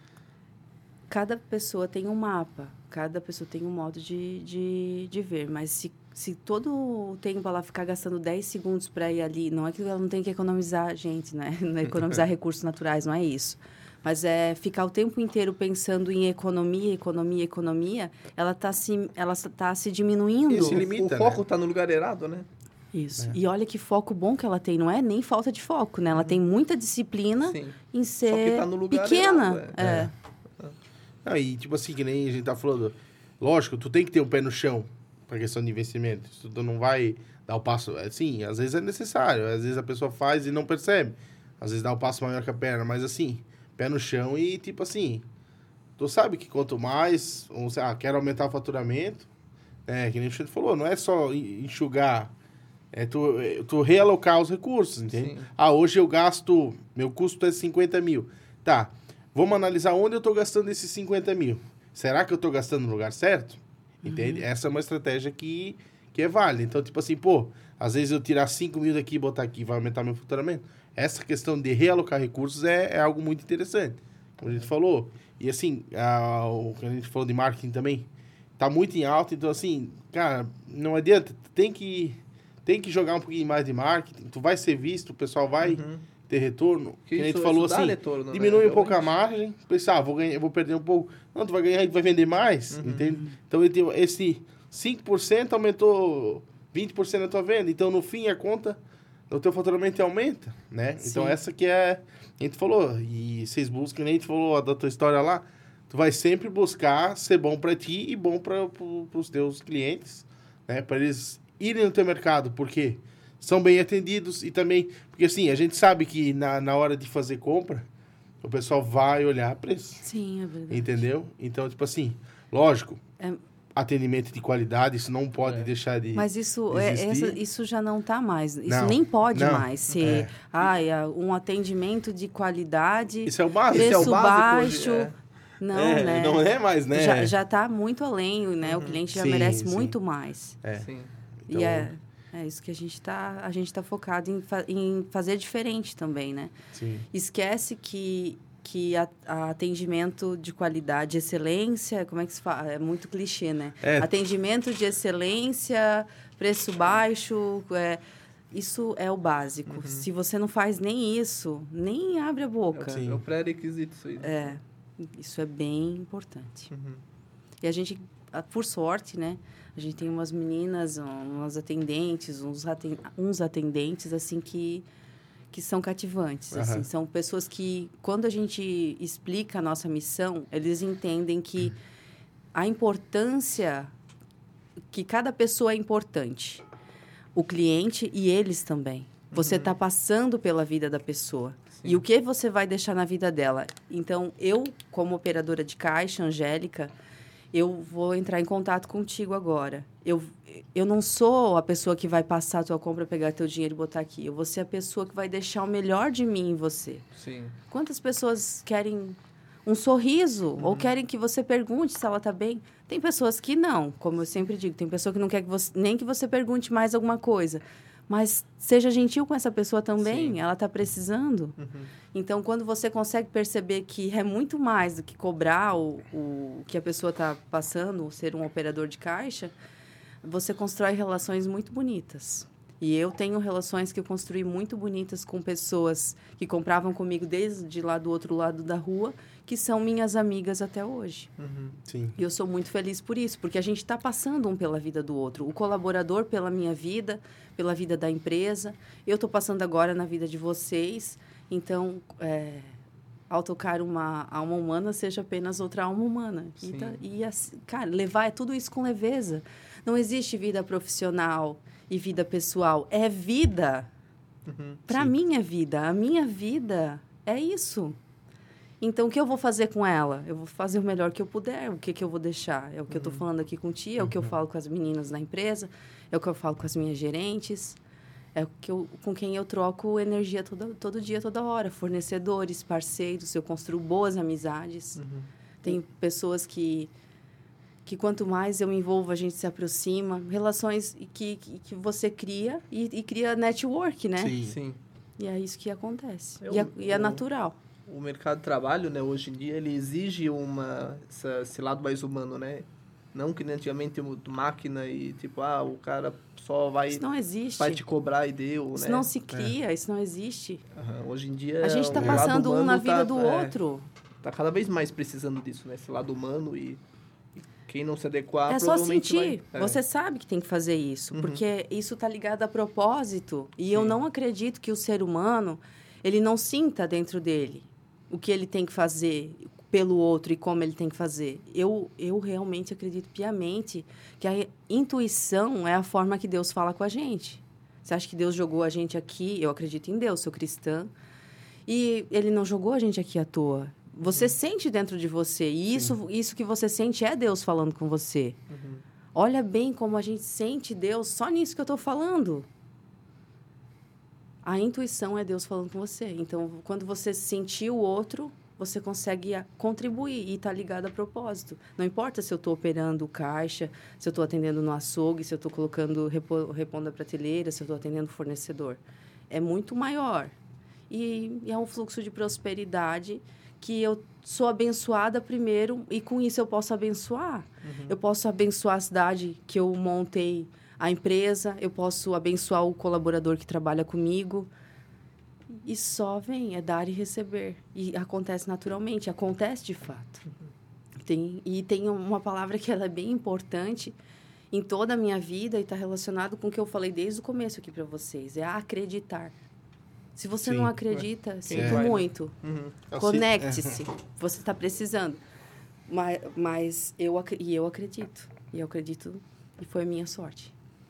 Speaker 3: Cada pessoa tem um mapa, cada pessoa tem um modo de, de, de ver, mas se, se todo o tempo ela ficar gastando dez segundos para ir ali, não é que ela não tem que economizar, gente, né? Não é economizar recursos naturais, não é isso. Mas é ficar o tempo inteiro pensando em economia, economia, economia, ela está se, ela tá se diminuindo.
Speaker 1: Isso, limita, o foco está, né, no lugar errado, né?
Speaker 3: Isso. É. E olha que foco bom que ela tem, não é nem falta de foco, né? Ela uhum. tem muita disciplina Sim. em ser Só que tá no lugar pequena. Errado, é. É.
Speaker 2: É. Não, e tipo assim, que nem a gente tá falando, lógico, tu tem que ter um pé no chão para questão de investimento. Tu não vai dar o passo, assim, às vezes é necessário, às vezes a pessoa faz e não percebe. Às vezes dá o passo maior que a perna, mas assim, pé no chão e, tipo assim, tu sabe que quanto mais, ou, ah, quero aumentar o faturamento, é, que nem o Chico falou, não é só enxugar, é tu, tu realocar os recursos, entende? Sim. Ah, hoje eu gasto, meu custo é cinquenta mil. Tá, vamos analisar onde eu tô gastando esses cinquenta mil. Será que eu tô gastando no lugar certo? Entende? Uhum. Essa é uma estratégia que, que é válida. Então, tipo assim, pô, às vezes eu tirar cinco mil daqui e botar aqui vai aumentar meu faturamento. Essa questão de realocar recursos é, é algo muito interessante, como a gente falou. E assim, a, o que a gente falou de marketing também, tá muito em alta, então assim, cara, não adianta, tem que, tem que jogar um pouquinho mais de marketing, tu vai ser visto, o pessoal vai uhum. ter retorno. Que, que a gente falou assim, retorno, diminui né? um pouco a margem, pensar, ah, vou, ganhar, vou perder um pouco. Não, tu vai ganhar e vai vender mais, uhum. entende? Então esse cinco por cento aumentou vinte por cento da tua venda, então no fim a conta... o teu faturamento aumenta, né? Sim. Então, essa que é... A gente falou, e vocês buscam, nem a gente falou da tua história lá, tu vai sempre buscar ser bom para ti e bom para pro, os teus clientes, né? Para eles irem no teu mercado, porque são bem atendidos e também... Porque, assim, a gente sabe que na, na hora de fazer compra, o pessoal vai olhar preço.
Speaker 3: Sim, é verdade.
Speaker 2: Entendeu? Então, tipo assim, lógico... É... atendimento de qualidade, isso não pode é. deixar de
Speaker 3: Mas isso,
Speaker 2: é,
Speaker 3: essa, isso já não está mais. Isso
Speaker 2: não,
Speaker 3: nem pode
Speaker 2: não,
Speaker 3: mais ser é. ai, um atendimento de qualidade,
Speaker 2: isso é o básico.
Speaker 3: preço
Speaker 2: Isso é o
Speaker 3: baixo.
Speaker 2: É.
Speaker 3: Não,
Speaker 2: é,
Speaker 3: né?
Speaker 2: Não é mais, né?
Speaker 3: Já está muito além, né? Uhum. O cliente já sim, merece sim. muito mais.
Speaker 2: É. Sim.
Speaker 3: Então... E é, é isso que a gente está a gente tá focado em, fa em fazer diferente também, né?
Speaker 2: Sim.
Speaker 3: Esquece que... que a, a atendimento de qualidade, excelência, como é que se fala? É muito clichê, né? É. Atendimento de excelência, preço baixo, é, isso é o básico. Uhum. Se você não faz nem isso, nem abre a boca.
Speaker 1: É, é o pré-requisito isso aí.
Speaker 3: É, isso é bem importante.
Speaker 1: Uhum.
Speaker 3: E a gente, por sorte, né? A gente tem umas meninas, umas atendentes, uns, atend uns atendentes, assim, que... que são cativantes, uhum. assim, são pessoas que, quando a gente explica a nossa missão, eles entendem que a importância, que cada pessoa é importante, o cliente e eles também. Você está uhum. passando pela vida da pessoa. Sim. E o que você vai deixar na vida dela? Então, eu, como operadora de caixa, Angélica, eu vou entrar em contato contigo agora. Eu, eu não sou a pessoa que vai passar a tua compra, pegar teu dinheiro e botar aqui. Eu vou ser a pessoa que vai deixar o melhor de mim em você.
Speaker 1: Sim.
Speaker 3: Quantas pessoas querem um sorriso uhum. ou querem que você pergunte se ela está bem? Tem pessoas que não, como eu sempre digo. Tem pessoa que não quer que você, nem que você pergunte mais alguma coisa. Mas seja gentil com essa pessoa também,
Speaker 1: Sim.
Speaker 3: ela está precisando.
Speaker 1: Uhum.
Speaker 3: Então, quando você consegue perceber que é muito mais do que cobrar o, o que a pessoa está passando, ser um operador de caixa, você constrói relações muito bonitas. E eu tenho relações que eu construí muito bonitas com pessoas que compravam comigo desde lá do outro lado da rua, que são minhas amigas até hoje.
Speaker 1: Uhum.
Speaker 2: Sim.
Speaker 3: E eu sou muito feliz por isso, porque a gente está passando um pela vida do outro. O colaborador pela minha vida, pela vida da empresa. Eu estou passando agora na vida de vocês. Então, é, ao tocar uma alma humana, seja apenas outra alma humana. E, tá, e assim, cara, levar tudo isso com leveza. Não existe vida profissional e vida pessoal. É vida.
Speaker 1: Uhum.
Speaker 3: Para
Speaker 2: Sim.
Speaker 3: mim é vida. A minha vida é isso. Então, o que eu vou fazer com ela? Eu vou fazer o melhor que eu puder. O que, que eu vou deixar? É o que
Speaker 1: Uhum.
Speaker 3: eu estou falando aqui com ti, é o que eu falo com as meninas da empresa, é o que eu falo com as minhas gerentes, é o que eu, com quem eu troco energia todo, todo dia, toda hora. Fornecedores, parceiros, eu construo boas amizades.
Speaker 1: Uhum.
Speaker 3: Tem pessoas que, que quanto mais eu me envolvo, a gente se aproxima. Relações que, que, que você cria e, e cria network, né?
Speaker 2: Sim.
Speaker 1: Sim.
Speaker 3: E é isso que acontece.
Speaker 1: Eu-
Speaker 3: e, é, e é
Speaker 1: eu-
Speaker 3: natural.
Speaker 1: O mercado de trabalho, né, hoje em dia, ele exige uma, essa, esse lado mais humano, né? Não que nem antigamente tem máquina e, tipo, ah, o cara só vai,
Speaker 3: Isso não existe.
Speaker 1: vai te cobrar e deu,
Speaker 3: Isso
Speaker 1: né?
Speaker 3: não se cria, isso não existe.
Speaker 1: Aham, hoje em dia...
Speaker 3: A gente está
Speaker 1: o lado
Speaker 3: passando um
Speaker 1: humano
Speaker 3: na vida
Speaker 1: tá-
Speaker 3: do
Speaker 1: é,
Speaker 3: outro.
Speaker 1: Tá cada vez mais precisando disso, né? Esse lado humano e, e quem não se adequar,
Speaker 3: É só
Speaker 1: provavelmente
Speaker 3: sentir.
Speaker 1: vai... é.
Speaker 3: Você sabe que tem que fazer isso,
Speaker 1: Uhum.
Speaker 3: porque isso está ligado a propósito. E eu
Speaker 1: Sim.
Speaker 3: não acredito que o ser humano, ele não sinta dentro dele o que ele tem que fazer pelo outro e como ele tem que fazer. Eu, eu realmente acredito piamente que a intuição é a forma que Deus fala com a gente. Você acha que Deus jogou a gente aqui? Eu acredito em Deus, sou cristã. E ele não jogou a gente aqui à toa. Você sente dentro de você. E isso, isso que você sente é Deus falando com você.
Speaker 1: Uhum.
Speaker 3: Olha bem como a gente sente Deus só nisso que eu estou falando. A intuição é Deus falando com você. Então, quando você sentir o outro, você consegue a- contribuir e está ligado a propósito. Não importa se eu estou operando caixa, se eu estou atendendo no açougue, se eu estou colocando repo, repondo a prateleira, se eu estou atendendo o fornecedor. É muito maior. E, e é um fluxo de prosperidade que eu sou abençoada primeiro e com isso eu posso abençoar.
Speaker 1: Uhum.
Speaker 3: Eu posso abençoar a cidade que eu montei, a empresa, eu posso abençoar o colaborador que trabalha comigo. E só vem, é dar e receber. E acontece naturalmente, acontece de fato. Tem, e tem uma palavra que ela é bem importante em toda a minha vida e está relacionado com o que eu falei desde o começo aqui para vocês. É acreditar. Se você
Speaker 2: Sim.
Speaker 3: não acredita,
Speaker 1: Quem
Speaker 3: sinto
Speaker 1: vai, né?
Speaker 3: muito.
Speaker 1: Uhum.
Speaker 2: Assim,
Speaker 3: Conecte-se. Você está precisando. Mas, mas eu, ac- e eu acredito. E eu acredito, e foi a minha sorte.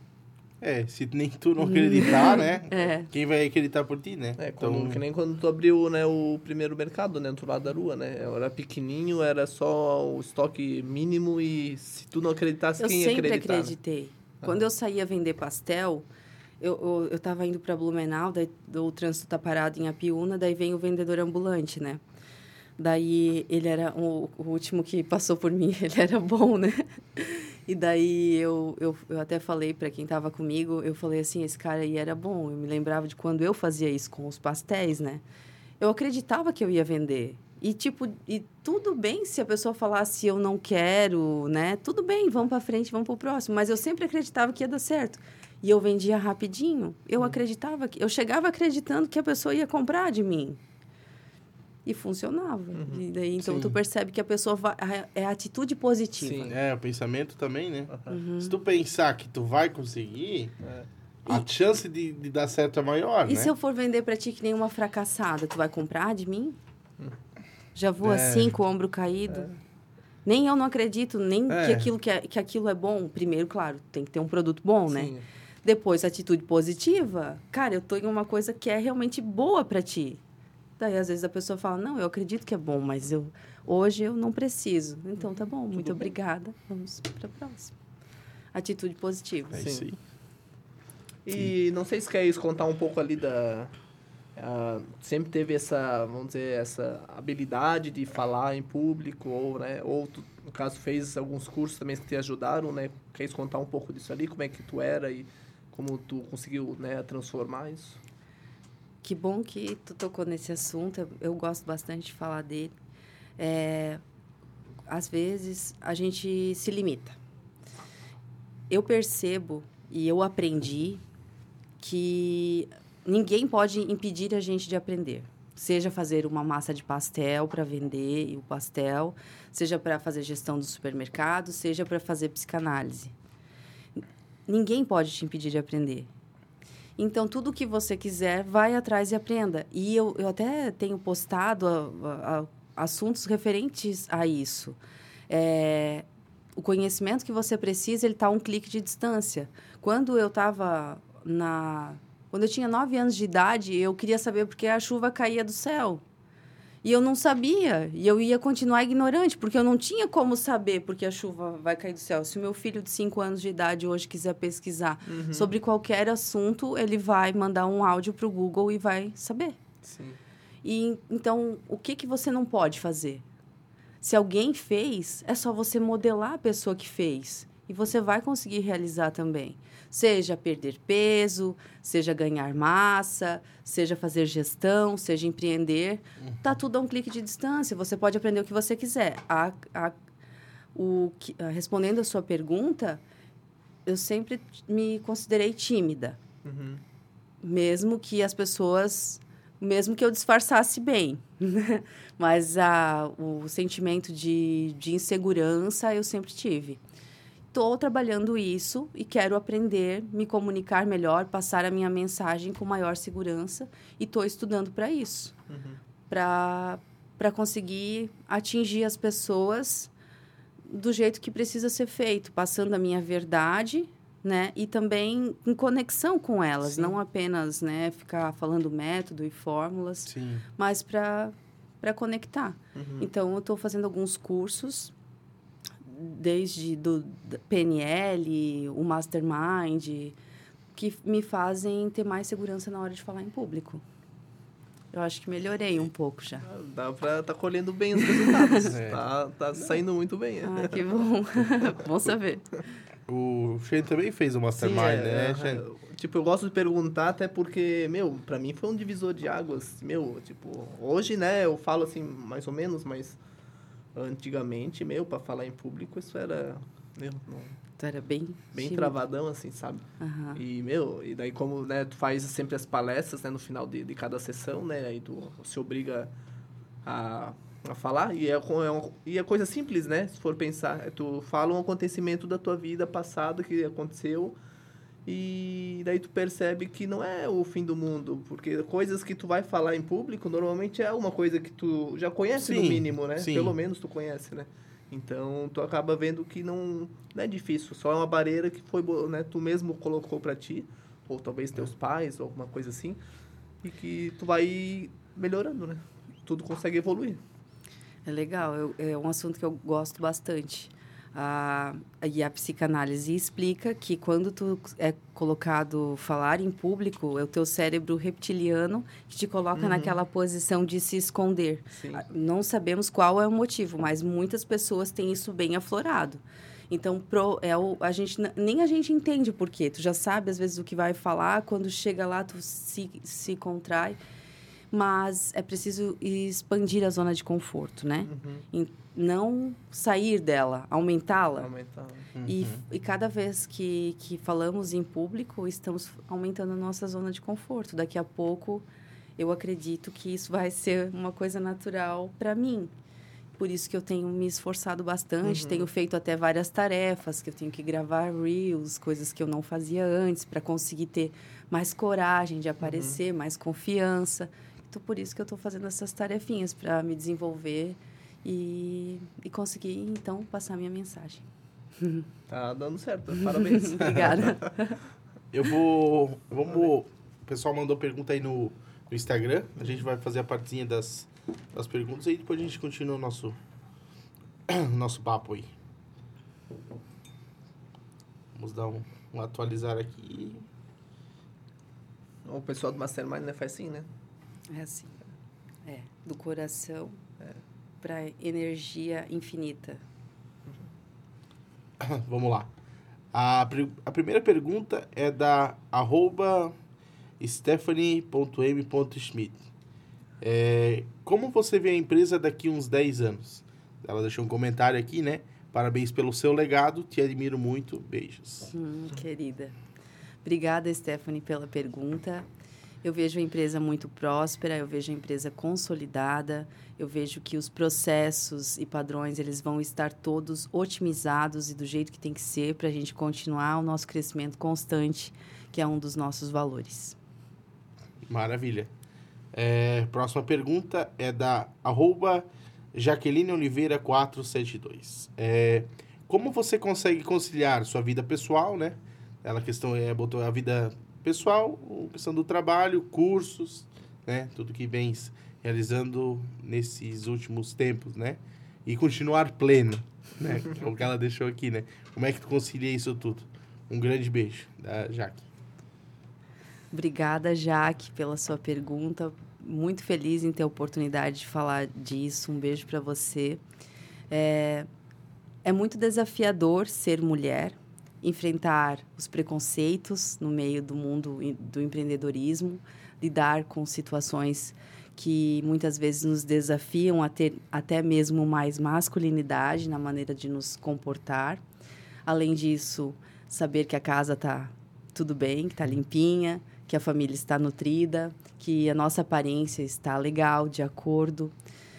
Speaker 2: É, se nem tu não acreditar, né?
Speaker 3: É.
Speaker 2: Quem vai acreditar por ti, né?
Speaker 1: É, quando,
Speaker 2: Então,
Speaker 1: que nem quando tu abriu, né, o primeiro mercado, né, do lado da rua, né? Era pequenininho, era só o estoque mínimo e se tu não acreditasse,
Speaker 3: Eu
Speaker 1: quem ia
Speaker 3: sempre
Speaker 1: acreditar? né?
Speaker 3: acreditei. Quando eu saía vender pastel, eu, eu, eu tava indo para Blumenau, daí o trânsito tá parado em Apiúna, daí vem o vendedor ambulante, né? Daí ele era o, o último que passou por mim, ele era bom, né? E daí eu, eu, eu até falei para quem tava comigo, eu falei assim, esse cara aí era bom. Eu me lembrava de quando eu fazia isso com os pastéis, né? Eu acreditava que eu ia vender. E, tipo, e tudo bem se a pessoa falasse eu não quero, né? Tudo bem, vamos para frente, vamos para o próximo. Mas eu sempre acreditava que ia dar certo. E eu vendia rapidinho. Eu acreditava que... Eu chegava acreditando que a pessoa ia comprar de mim. E funcionava.
Speaker 1: Uhum.
Speaker 3: E daí, então,
Speaker 2: Sim.
Speaker 3: tu percebe que a pessoa vai... É a atitude positiva.
Speaker 1: Sim.
Speaker 2: é, o pensamento também, né?
Speaker 1: Aham.
Speaker 2: Se tu pensar que tu vai conseguir,
Speaker 1: É.
Speaker 2: a chance de, de dar certo é maior,
Speaker 3: E
Speaker 2: né?
Speaker 3: se eu for vender pra ti que nem uma fracassada, tu vai comprar de mim? Já vou
Speaker 2: É.
Speaker 3: assim, com o ombro caído? Nem eu não acredito, nem
Speaker 2: É.
Speaker 3: que, aquilo que, é, que aquilo é bom. Primeiro, claro, tem que ter um produto bom, né?
Speaker 1: Sim.
Speaker 3: Depois, atitude positiva. Cara, eu tô em uma coisa que é realmente boa pra ti. Daí, às vezes, a pessoa fala, não, eu acredito que é bom, mas eu, hoje eu não preciso. Então, tá bom, muito
Speaker 1: bem.
Speaker 3: obrigada. Vamos pra próxima. Atitude positiva.
Speaker 2: É
Speaker 1: Sim.
Speaker 2: isso aí.
Speaker 1: E não sei se quer contar um pouco ali da... ah, sempre teve essa, vamos dizer, essa habilidade de falar em público, ou, né, ou tu, no caso, fez alguns cursos também que te ajudaram, né? Queres contar um pouco disso ali, como é que tu era e como tu conseguiu, né, transformar isso?
Speaker 3: Que bom que tu tocou nesse assunto. Eu, eu gosto bastante de falar dele. É, às vezes, a gente se limita. Eu percebo e eu aprendi que ninguém pode impedir a gente de aprender. Seja fazer uma massa de pastel para vender o pastel, seja para fazer gestão do supermercado, seja para fazer psicanálise. Ninguém pode te impedir de aprender. Então, tudo que você quiser, vai atrás e aprenda. E eu, eu até tenho postado a, a, a, assuntos referentes a isso. É, o conhecimento que você precisa, ele está a um clique de distância. Quando eu estava na... Quando eu tinha nove anos de idade, eu queria saber por que a chuva caía do céu. E eu não sabia. E eu ia continuar ignorante, porque eu não tinha como saber por que a chuva vai cair do céu. Se o meu filho de cinco anos de idade hoje quiser pesquisar uhum. sobre qualquer assunto, ele vai mandar um áudio para o Google e vai saber.
Speaker 1: Sim.
Speaker 3: E, então, o que, que você não pode fazer? Se alguém fez, é só você modelar a pessoa que fez. E você vai conseguir realizar também. Seja perder peso, seja ganhar massa, seja fazer gestão, seja empreender. Está uhum. tudo a um clique de distância. Você pode aprender o que você quiser. A, a, o, a, respondendo a sua pergunta, eu sempre me considerei tímida.
Speaker 1: Uhum.
Speaker 3: Mesmo que as pessoas... Mesmo que eu disfarçasse bem. Mas a, o sentimento de, de insegurança eu sempre tive. Estou trabalhando isso e quero aprender, me comunicar melhor, passar a minha mensagem com maior segurança. E estou estudando para isso.
Speaker 1: Uhum.
Speaker 3: Para para conseguir atingir as pessoas do jeito que precisa ser feito. Passando a minha verdade, né? E também em conexão com elas. Sim. Não apenas, né, ficar falando método e fórmulas.
Speaker 2: Sim.
Speaker 3: Mas para para conectar.
Speaker 1: Uhum.
Speaker 3: Então, eu estou fazendo alguns cursos, desde do P N L, o Mastermind, que me fazem ter mais segurança na hora de falar em público. Eu acho que melhorei um pouco já.
Speaker 1: Dá para estar tá colhendo bem os resultados. é. tá, tá saindo muito bem.
Speaker 3: Ah, que bom. Bom saber.
Speaker 2: O Shane também fez o Mastermind, Sim, é, né, Shane?
Speaker 1: É, tipo, eu gosto de perguntar até porque, meu, pra mim foi um divisor de águas. Meu, tipo, hoje, né, eu falo assim, mais ou menos, mas antigamente, meu, pra falar em público, isso era... Meu, não,
Speaker 3: tu era bem...
Speaker 1: Bem
Speaker 3: tímido.
Speaker 1: travadão, assim, sabe?
Speaker 3: Uhum.
Speaker 1: E, meu, e daí como, né, tu faz sempre as palestras, né, no final de, de cada sessão, né, aí tu se obriga a... a falar, e é, é, uma, e é coisa simples, né? Se for pensar, tu fala um acontecimento da tua vida passada que aconteceu e daí tu percebe que não é o fim do mundo, porque coisas que tu vai falar em público, normalmente é uma coisa que tu já conhece sim, no mínimo, né? Sim. Pelo menos tu conhece, né? Então, tu acaba vendo que não, não é difícil, só é uma barreira que foi, né, tu mesmo colocou pra ti, ou talvez teus pais, ou alguma coisa assim, e que tu vai melhorando, né? Tudo consegue evoluir.
Speaker 3: É legal, eu, é um assunto que eu gosto bastante. Ah, e a psicanálise explica que quando tu é colocado falar em público, é o teu cérebro reptiliano que te coloca uhum. naquela posição de se esconder.
Speaker 1: Sim.
Speaker 3: Não sabemos qual é o motivo, mas muitas pessoas têm isso bem aflorado. Então, pro, é o, a gente, nem a gente entende por quê. Tu já sabe, às vezes, o que vai falar, quando chega lá, tu se, se contrai. Mas é preciso expandir a zona de conforto, né?
Speaker 1: Uhum.
Speaker 3: E não sair dela, aumentá-la.
Speaker 1: Aumentá-la.
Speaker 3: Uhum. E, e cada vez que, que falamos em público, estamos aumentando a nossa zona de conforto. Daqui a pouco, eu acredito que isso vai ser uma coisa natural para mim. Por isso que eu tenho me esforçado bastante, uhum. tenho feito até várias tarefas, que eu tenho que gravar reels, coisas que eu não fazia antes, para conseguir ter mais coragem de aparecer, uhum. mais confiança. Então, por isso que eu estou fazendo essas tarefinhas, para me desenvolver e, e conseguir, então, passar a minha mensagem.
Speaker 1: Tá dando certo, parabéns.
Speaker 3: Obrigada.
Speaker 2: Eu vou... Vamos, o pessoal mandou pergunta aí no, no Instagram, a gente vai fazer a partezinha das, das perguntas e depois a gente continua o nosso, nosso papo aí. Vamos dar um, um atualizar aqui.
Speaker 1: O pessoal do Mastermind, né, faz assim, né?
Speaker 3: É assim. É, do coração
Speaker 1: é.
Speaker 3: para energia infinita.
Speaker 2: Vamos lá. A, a primeira pergunta é da arroba stephanie ponto m ponto schmidt. É, como você vê a empresa daqui uns dez anos? Ela deixou um comentário aqui, né? Parabéns pelo seu legado, te admiro muito, beijos.
Speaker 3: Hum, querida. Obrigada, Stephanie, pela pergunta. Eu vejo a empresa muito próspera, eu vejo a empresa consolidada, eu vejo que os processos e padrões eles vão estar todos otimizados e do jeito que tem que ser para a gente continuar o nosso crescimento constante, que é um dos nossos valores.
Speaker 2: Maravilha. É, próxima pergunta é da arroba Jaqueline Oliveira quatrocentos e setenta e dois. É, como você consegue conciliar sua vida pessoal, né? Ela questão é botou a vida pessoal, a questão do trabalho, cursos, né? Tudo que vem realizando nesses últimos tempos, né? E continuar pleno, né? Que é o que ela deixou aqui, né? Como é que tu concilia isso tudo? Um grande beijo da Jaque.
Speaker 3: Obrigada, Jaque, pela sua pergunta. Muito feliz em ter a oportunidade de falar disso. Um beijo para você. É, é muito desafiador ser mulher, enfrentar os preconceitos no meio do mundo do empreendedorismo, lidar com situações que muitas vezes nos desafiam a ter até mesmo mais masculinidade na maneira de nos comportar. Além disso, saber que a casa está tudo bem, que está limpinha, que a família está nutrida, que a nossa aparência está legal, de acordo.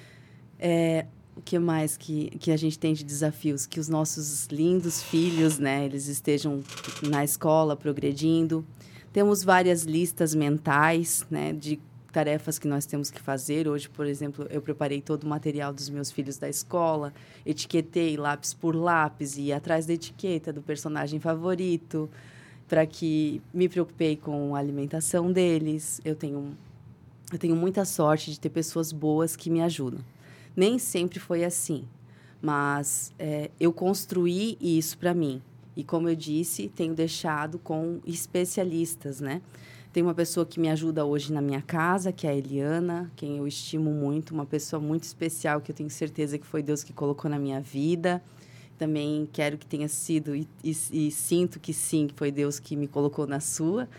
Speaker 3: É, o que mais que, que a gente tem de desafios? Que os nossos lindos filhos, né, eles estejam na escola, progredindo. Temos várias listas mentais, né, de tarefas que nós temos que fazer. Hoje, por exemplo, eu preparei todo o material dos meus filhos da escola, etiquetei lápis por lápis, e atrás da etiqueta do personagem favorito, para que me preocupei com a alimentação deles. Eu tenho, eu tenho muita sorte de ter pessoas boas que me ajudam. Nem sempre foi assim, mas é, eu construí isso para mim. E, como eu disse, tenho deixado com especialistas, né? Tem uma pessoa que me ajuda hoje na minha casa, que é a Eliana, quem eu estimo muito, uma pessoa muito especial, que eu tenho certeza que foi Deus que colocou na minha vida. Também quero que tenha sido, e, e, e sinto que sim, que foi Deus que me colocou na sua.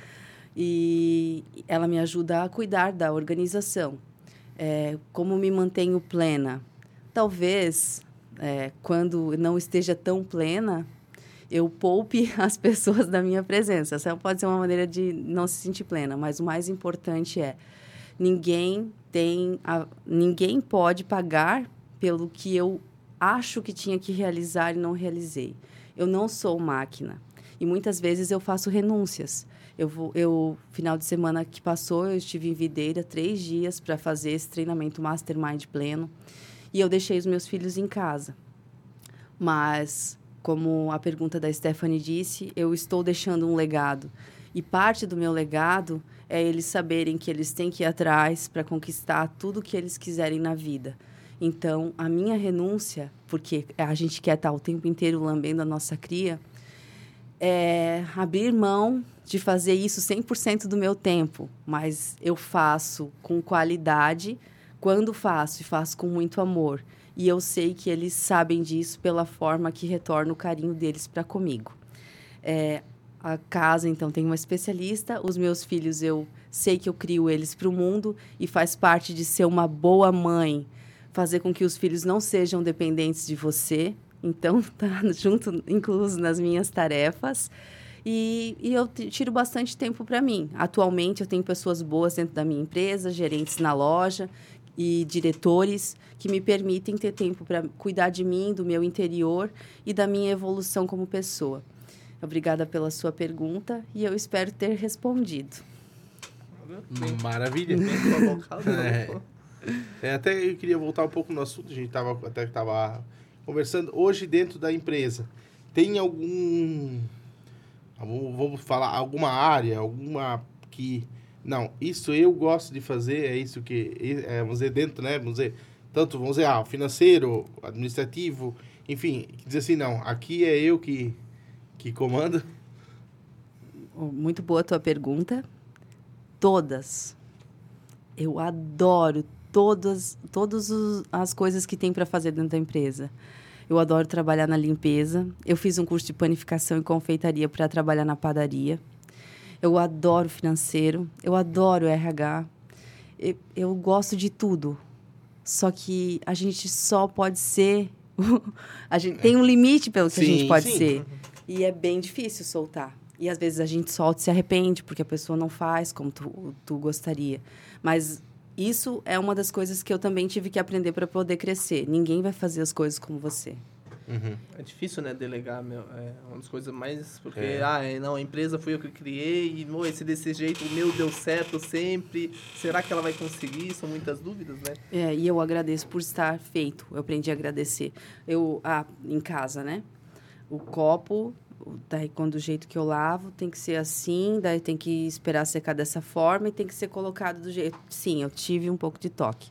Speaker 3: E ela me ajuda a cuidar da organização. É, como me mantenho plena? Talvez, é, quando não esteja tão plena, eu poupe as pessoas da minha presença. Essa pode ser uma maneira de não se sentir plena, mas o mais importante é, ninguém tem, a, ninguém pode pagar pelo que eu acho que tinha que realizar e não realizei. Eu não sou máquina. E muitas vezes eu faço renúncias. Eu vou, eu, final de semana que passou, eu estive em Videira três dias para fazer esse treinamento Mastermind pleno. E eu deixei os meus filhos em casa. Mas, como a pergunta da Stephanie disse, eu estou deixando um legado. E parte do meu legado é eles saberem que eles têm que ir atrás para conquistar tudo o que eles quiserem na vida. Então, a minha renúncia, porque a gente quer estar o tempo inteiro lambendo a nossa cria, é abrir mão de fazer isso cem por cento do meu tempo, mas eu faço com qualidade quando faço, e faço com muito amor. E eu sei que eles sabem disso pela forma que retorna o carinho deles para comigo. É, a casa, então, tem uma especialista. Os meus filhos, eu sei que eu crio eles para o mundo e faz parte de ser uma boa mãe, fazer com que os filhos não sejam dependentes de você. Então, tá junto, incluso nas minhas tarefas. E, e eu tiro bastante tempo para mim. Atualmente, eu tenho pessoas boas dentro da minha empresa, gerentes na loja e diretores que me permitem ter tempo para cuidar de mim, do meu interior e da minha evolução como pessoa. Obrigada pela sua pergunta e eu espero ter respondido.
Speaker 2: Maravilha. É. É, até eu queria voltar um pouco no assunto, a gente tava, até estava conversando. Hoje, dentro da empresa, tem algum... Vamos falar, alguma área, alguma que... Não, isso eu gosto de fazer, é isso que... É, vamos dizer, dentro, né? Vamos dizer, tanto, vamos dizer, ah, financeiro, administrativo, enfim, dizer assim, não, aqui é eu que, que comando.
Speaker 3: Muito boa a tua pergunta. Todas. Eu adoro todas, todas as coisas que tem para fazer dentro da empresa. Eu adoro trabalhar na limpeza. Eu fiz um curso de panificação e confeitaria para trabalhar na padaria. Eu adoro financeiro. Eu adoro R H. Eu, eu gosto de tudo. Só que a gente só pode ser... a gente tem um limite pelo que sim, a gente pode sim. ser. E é bem difícil soltar. E, às vezes, a gente solta e se arrepende, porque a pessoa não faz como tu, tu gostaria. Mas isso é uma das coisas que eu também tive que aprender para poder crescer. Ninguém vai fazer as coisas como você.
Speaker 1: Uhum. É difícil, né, delegar, meu, é uma das coisas mais... Porque, é. ah, não, a empresa foi eu que criei, e oh, esse desse jeito, o meu deu certo sempre. Será que ela vai conseguir? São muitas dúvidas, né?
Speaker 3: É, e eu agradeço por estar feito. Eu aprendi a agradecer. Eu, ah, em casa, né? O copo... Daí, quando o jeito que eu lavo, tem que ser assim, daí tem que esperar secar dessa forma e tem que ser colocado do jeito... Sim, eu tive um pouco de toque.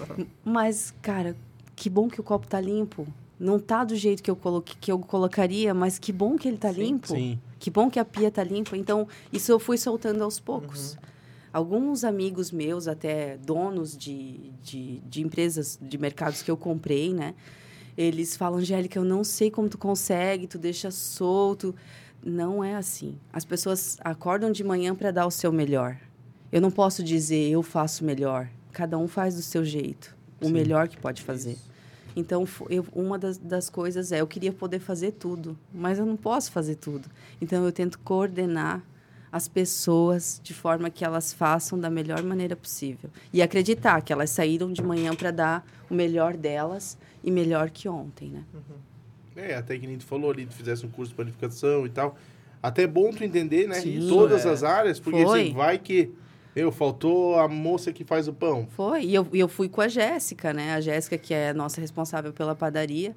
Speaker 3: Mas, cara, que bom que o copo tá limpo. Não tá do jeito que eu, coloque, que eu colocaria, mas que bom que ele tá sim, limpo. Sim. Que bom que a pia tá limpa. Então, isso eu fui soltando aos poucos. Uhum. Alguns amigos meus, até donos de, de, de empresas, de mercados que eu comprei, né? Eles falam, Angélica, eu não sei como tu consegue, tu deixa solto. Não é assim. As pessoas acordam de manhã para dar o seu melhor. Eu não posso dizer, eu faço melhor. Cada um faz do seu jeito. O sim. melhor que pode fazer. Isso. Então, eu, uma das, das coisas é, eu queria poder fazer tudo, mas eu não posso fazer tudo. Então, eu tento coordenar as pessoas de forma que elas façam da melhor maneira possível. E acreditar que elas saíram de manhã para dar o melhor delas e melhor que ontem, né?
Speaker 2: Uhum. É, até que nem tu falou ali, tu fizesse um curso de planificação e tal. Até é bom tu entender, né? Sim, todas é. as áreas, porque assim, vai que... Meu, faltou a moça que faz o pão.
Speaker 3: Foi, e eu, eu fui com a Jéssica, né? A Jéssica, que é a nossa responsável pela padaria,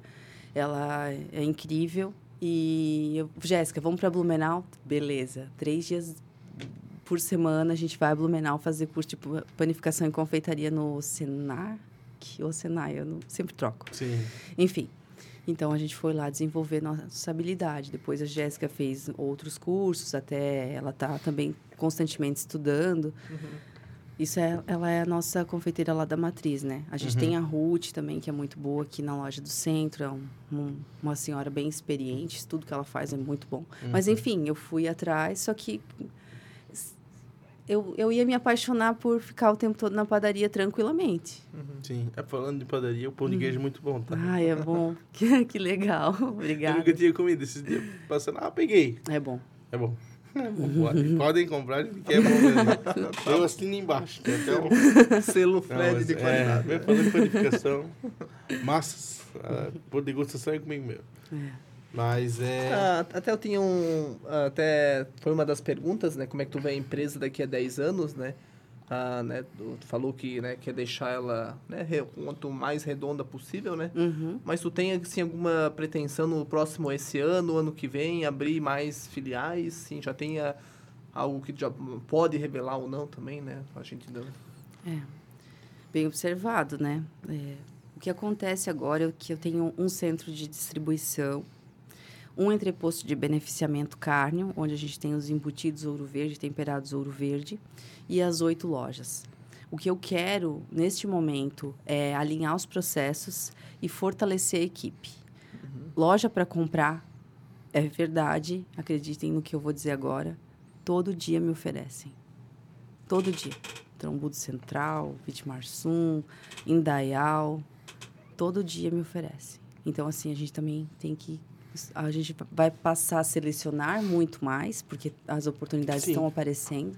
Speaker 3: ela é incrível. E, eu, Jéssica, vamos para Blumenau? Beleza. Três dias por semana a gente vai a Blumenau fazer curso de panificação e confeitaria no Senar, ou Senai, eu não, sempre troco.
Speaker 2: Sim.
Speaker 3: Enfim, então a gente foi lá desenvolver nossa habilidade. Depois a Jéssica fez outros cursos, até ela está também constantemente estudando. Uhum. Isso é, ela é a nossa confeiteira lá da Matriz, né? A gente uhum. tem a Ruth também, que é muito boa aqui na loja do centro. É um, um, uma senhora bem experiente, tudo que ela faz é muito bom. Uhum. Mas, enfim, eu fui atrás, só que eu, eu ia me apaixonar por ficar o tempo todo na padaria tranquilamente.
Speaker 2: Uhum. Sim, é, falando de padaria, o pão de queijo é muito bom, tá?
Speaker 3: Ah, é bom. que, que legal. Obrigada.
Speaker 2: Eu nunca tinha comido esses dias passando. Ah, peguei.
Speaker 3: É bom.
Speaker 2: É bom. É bom, podem, podem comprar, que é bom mesmo. Eu assino embaixo. Tem até um
Speaker 1: selo Fred de qualidade.
Speaker 2: É, falando de panificação, massas, uh, por degustação é comigo mesmo. É. Mas é...
Speaker 1: Ah, até eu tinha um... Até foi uma das perguntas, né? Como é que tu vê a empresa daqui a dez anos, né? Ah, né, tu falou que, né, quer deixar ela, né, quanto mais redonda possível, né?
Speaker 3: Uhum.
Speaker 1: Mas tu tem, assim, alguma pretensão no próximo esse ano, ano que vem, abrir mais filiais? Sim, já tenha algo que já pode revelar ou não também, né? A gente ainda...
Speaker 3: É, bem observado, né? É, o que acontece agora é que eu tenho um centro de distribuição, um entreposto de beneficiamento cárneo, onde a gente tem os embutidos Ouro Verde, temperados Ouro Verde, e as oito lojas. O que eu quero, neste momento, é alinhar os processos e fortalecer a equipe. Uhum. Loja para comprar, é verdade, acreditem no que eu vou dizer agora, todo dia me oferecem. Todo dia. Trombudo Central, Vitimarsum, Indaial, todo dia me oferecem. Então, assim, a gente também tem que... A gente vai passar a selecionar muito mais, porque as oportunidades Sim. estão aparecendo.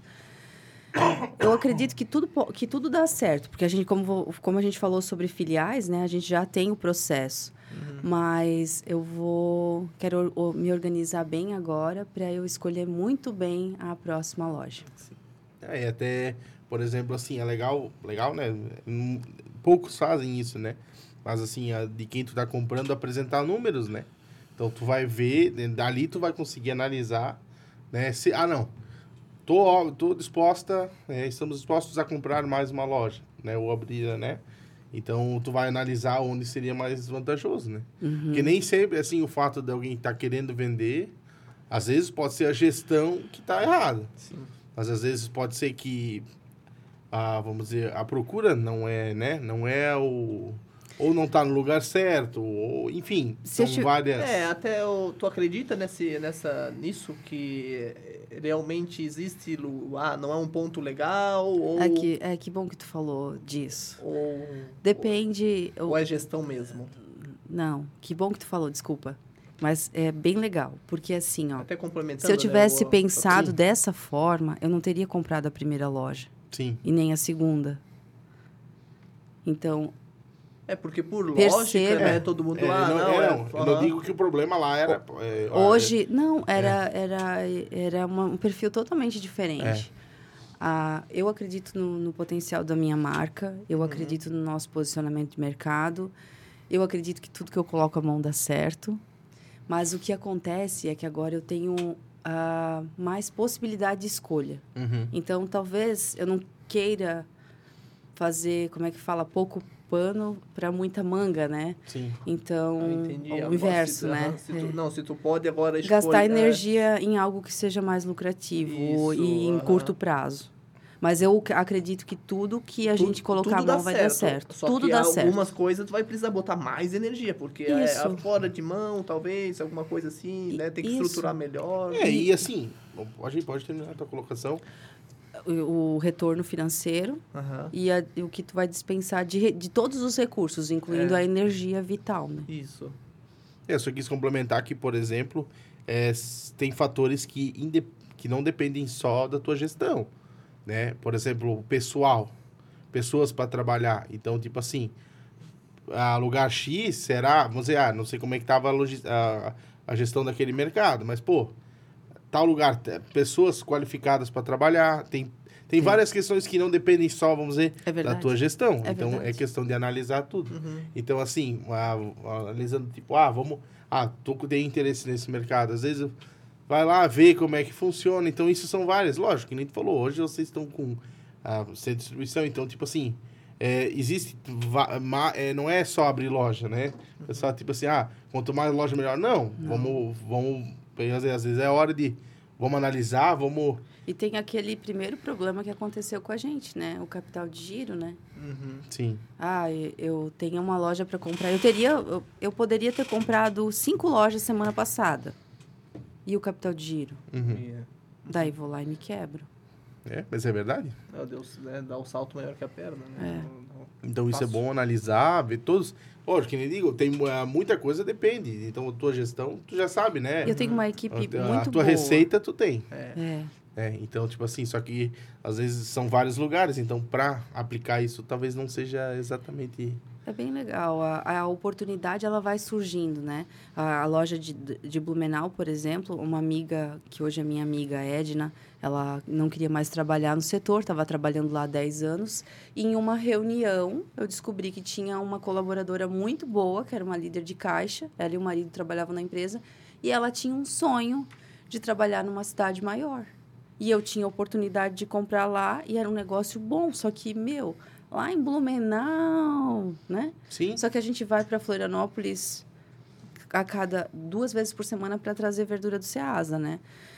Speaker 3: Eu acredito que tudo, que tudo dá certo, porque a gente, como, como a gente falou sobre filiais, né, a gente já tem o processo. Uhum. Mas eu vou... Quero me organizar bem agora para eu escolher muito bem a próxima loja.
Speaker 2: Sim. É, e até, por exemplo, assim, é legal, legal, né? Poucos fazem isso, né? Mas, assim, a, de quem tu tá comprando, apresentar números, né? Então, tu vai ver, dali tu vai conseguir analisar, né? Se, ah, não, tô, tô disposta, é, estamos dispostos a comprar mais uma loja, né? Ou abrir, né? Então, tu vai analisar onde seria mais vantajoso, né?
Speaker 3: Uhum.
Speaker 2: Porque nem sempre, assim, o fato de alguém estar tá querendo vender, às vezes pode ser a gestão que tá errada.
Speaker 1: Sim.
Speaker 2: Mas, às vezes, pode ser que, a, vamos dizer, a procura não é, né? Não é o... ou não tá no lugar certo, ou enfim,
Speaker 3: Se
Speaker 2: são
Speaker 3: eu te-
Speaker 2: várias...
Speaker 1: É, até o, tu acredita nesse, nessa, nisso que realmente existe, lu- ah, não é um ponto legal, ou,
Speaker 3: É que, é que bom que tu falou disso.
Speaker 1: ou,
Speaker 3: Depende...
Speaker 1: ou é gestão mesmo?
Speaker 3: Não, que bom que tu falou, desculpa. Mas é bem legal, porque assim, ó...
Speaker 1: Até complementando,
Speaker 3: Se eu tivesse
Speaker 1: né, o-
Speaker 3: pensado
Speaker 2: Sim.
Speaker 3: dessa forma, eu não teria comprado a primeira loja.
Speaker 2: Sim.
Speaker 3: E nem a segunda. Então,
Speaker 1: É, porque por
Speaker 3: Perceba.
Speaker 1: lógica, né, todo mundo,
Speaker 2: É,
Speaker 1: ah,
Speaker 2: não,
Speaker 1: não,
Speaker 2: é,
Speaker 1: é...
Speaker 2: não, eu não
Speaker 1: aham.
Speaker 2: digo que o problema lá era... é, ah,
Speaker 3: hoje... Não, era, era, era uma- um perfil totalmente diferente. Ah, eu acredito no, no potencial da minha marca. Eu acredito no nosso posicionamento de mercado. Eu acredito que tudo que eu coloco a mão dá certo. Mas o que acontece é que agora eu tenho ah, mais possibilidade de escolha.
Speaker 2: é, uhum.
Speaker 3: Então, talvez eu não queira fazer, como é que fala, pouco pano para muita manga, né?
Speaker 2: Sim.
Speaker 3: Então,
Speaker 1: Eu entendi.
Speaker 3: o
Speaker 1: Agora,
Speaker 3: inverso,
Speaker 1: se,
Speaker 3: né?
Speaker 1: aham, se tu-
Speaker 3: É.
Speaker 1: Não, se tu pode agora escolher...
Speaker 3: Gastar
Speaker 1: é,
Speaker 3: energia em algo que seja mais lucrativo
Speaker 1: Isso,
Speaker 3: e em
Speaker 1: aham.
Speaker 3: curto prazo. Mas eu c- acredito que tudo que a
Speaker 1: tu-
Speaker 3: gente colocar
Speaker 1: tudo
Speaker 3: a
Speaker 1: dá
Speaker 3: mão vai dar certo.
Speaker 1: Só
Speaker 3: Tudo
Speaker 1: que
Speaker 3: dá certo.
Speaker 1: algumas coisas tu vai precisar botar mais energia, porque é,
Speaker 3: Isso.
Speaker 1: é fora de mão, talvez, alguma coisa assim,
Speaker 3: I-
Speaker 1: né? Tem que
Speaker 3: isso.
Speaker 1: estruturar melhor.
Speaker 2: É, e assim, pode, pode terminar a tua colocação.
Speaker 3: O, o retorno financeiro
Speaker 1: Aham.
Speaker 3: e, a- e o que tu vai dispensar de, re- de todos os recursos, incluindo
Speaker 1: É.
Speaker 3: a energia vital, né?
Speaker 1: Isso.
Speaker 2: É, eu só quis complementar que, por exemplo, é, s- tem fatores que, inde- que não dependem só da tua gestão, né? Por exemplo, o pessoal, pessoas para trabalhar. Então, tipo assim, a lugar X será, vamos dizer, ah, não sei como é que estava a, logi- a, a gestão daquele mercado, mas, pô, tal lugar, te- pessoas qualificadas para trabalhar, tem, tem
Speaker 3: Sim.
Speaker 2: várias questões que não dependem só, vamos dizer,
Speaker 3: É
Speaker 2: da
Speaker 3: verdade.
Speaker 2: tua gestão.
Speaker 3: É
Speaker 2: então, é
Speaker 3: verdade.
Speaker 2: questão de analisar tudo.
Speaker 1: Uhum.
Speaker 2: Então, assim, a- a- analisando, tipo, ah, vamos... Ah, tô com tem interesse nesse mercado. Às vezes, eu- vai lá ver como é que funciona. Então, isso são várias. Lógico, que nem tu falou. Hoje, vocês estão com a centro de distribuição. Então, tipo assim, é, existe... va- ma- é, não é só abrir loja, né? O pessoal, tipo assim, ah, quanto mais loja, melhor. Não,
Speaker 3: Não.
Speaker 2: vamos... vamos às vezes, às vezes é hora de... Vamos analisar, vamos...
Speaker 3: E tem aquele primeiro problema que aconteceu com a gente, né? O capital de giro, né?
Speaker 1: Uhum.
Speaker 2: Sim.
Speaker 3: Ah, e- eu tenho uma loja para comprar. Eu teria, eu, eu poderia ter comprado cinco lojas semana passada. E o capital de giro?
Speaker 2: Uhum.
Speaker 1: E,
Speaker 3: Daí vou lá e me quebro.
Speaker 2: É, mas é verdade.
Speaker 1: meu Deus, né, dá o salto maior que a perna, né?
Speaker 3: É.
Speaker 1: Não- não-
Speaker 2: Então, isso é
Speaker 1: Fácil.
Speaker 2: bom analisar, ver todos... Lógico, que nem digo, tem mu- muita coisa depende. Então, a tua gestão, tu já sabe, né?
Speaker 3: E eu tenho uma equipe
Speaker 2: a, a
Speaker 3: muito
Speaker 2: tua
Speaker 3: boa.
Speaker 2: receita, tu tem.
Speaker 1: É.
Speaker 3: É.
Speaker 2: É, então, tipo assim, só que às vezes são vários lugares. Então, para aplicar isso, talvez não seja exatamente...
Speaker 3: É bem legal. A, a oportunidade, ela vai surgindo, né? A, a loja de, de Blumenau, por exemplo, uma amiga, que hoje é minha amiga, Edna, ela não queria mais trabalhar no setor, estava trabalhando lá há dez anos. E em uma reunião, eu descobri que tinha uma colaboradora muito boa, que era uma líder de caixa. Ela e o marido trabalhavam na empresa. E ela tinha um sonho de trabalhar numa cidade maior. E eu tinha a oportunidade de comprar lá e era um negócio bom. Só que, meu, lá em Blumenau, né?
Speaker 2: Sim,
Speaker 3: Só que a gente vai para Florianópolis a cada duas vezes por semana para trazer verdura do Ceasa, né?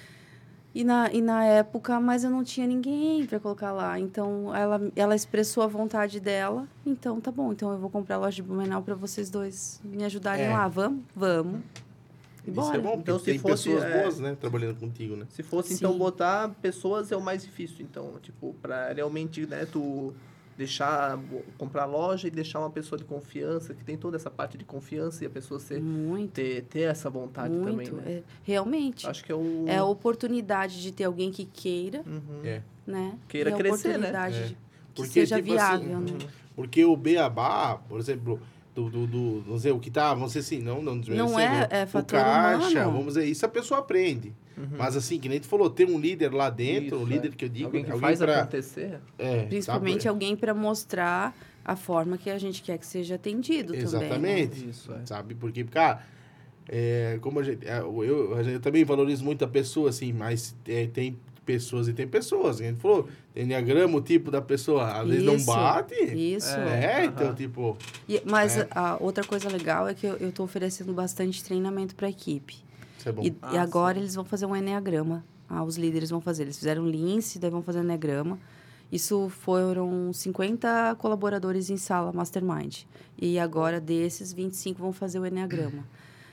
Speaker 3: E na, e na época, mas eu não tinha ninguém para colocar lá. Então, ela, ela expressou a vontade dela. Então, tá bom. Então, eu vou comprar a loja de Blumenau para vocês dois me ajudarem
Speaker 2: É.
Speaker 3: lá. Vamos? Vamos. E
Speaker 2: isso
Speaker 3: bora.
Speaker 2: é bom, porque
Speaker 1: Então, se
Speaker 2: tem
Speaker 1: fosse,
Speaker 2: pessoas
Speaker 1: é,
Speaker 2: boas, né? Trabalhando contigo, né?
Speaker 1: Se fosse,
Speaker 3: Sim.
Speaker 1: então, botar pessoas é o mais difícil. Então, tipo, pra realmente, né, tu deixar, comprar loja e deixar uma pessoa de confiança, que tem toda essa parte de confiança e a pessoa ser,
Speaker 3: Muito,
Speaker 1: ter, ter essa vontade também,
Speaker 3: muito.
Speaker 1: né?
Speaker 3: É, realmente.
Speaker 1: Acho que é o...
Speaker 3: É a oportunidade de ter alguém que queira,
Speaker 1: Uhum.
Speaker 2: É.
Speaker 3: né?
Speaker 1: Queira
Speaker 3: e a
Speaker 1: crescer, né?
Speaker 3: oportunidade
Speaker 2: É.
Speaker 3: de que
Speaker 2: Porque,
Speaker 3: seja
Speaker 2: tipo
Speaker 3: viável,
Speaker 2: assim,
Speaker 3: né?
Speaker 2: Porque o Beabá, por exemplo, do, do, do, vamos dizer, o que tá, vamos dizer assim, não, não desmerecendo,
Speaker 3: Não é- é
Speaker 2: o
Speaker 3: fator
Speaker 2: caixa,
Speaker 3: humano.
Speaker 2: vamos dizer, isso a pessoa aprende.
Speaker 1: Uhum.
Speaker 2: Mas assim, que nem tu falou, ter um líder lá dentro,
Speaker 1: Isso,
Speaker 2: um líder
Speaker 1: é.
Speaker 2: que eu digo,
Speaker 1: Alguém que faz
Speaker 2: pra,
Speaker 1: acontecer.
Speaker 2: é,
Speaker 3: Principalmente
Speaker 2: sabe?
Speaker 3: alguém para mostrar a forma que a gente quer que seja atendido também. né?
Speaker 2: Exatamente.
Speaker 1: Isso, é.
Speaker 2: Sabe? Porque, cara, é, como a gente, é, eu, eu, eu também valorizo muito a pessoa, assim, mas é, tem pessoas e tem pessoas. A gente falou, tem diagrama, o tipo da pessoa, às vezes não
Speaker 3: Isso,
Speaker 2: bate.
Speaker 3: Isso.
Speaker 2: É,
Speaker 1: Aham.
Speaker 2: então, tipo,
Speaker 3: E- mas
Speaker 2: É.
Speaker 3: a outra coisa legal é que eu estou oferecendo bastante treinamento para a equipe.
Speaker 2: isso é bom.
Speaker 3: E,
Speaker 1: Ah,
Speaker 3: e agora
Speaker 1: sim.
Speaker 3: eles vão fazer um eneagrama. Ah, os líderes vão fazer. Eles fizeram lince, daí vão fazer um eneagrama. Isso foram cinquenta colaboradores em sala Mastermind. E agora, desses, vinte e cinco vão fazer o Enneagrama.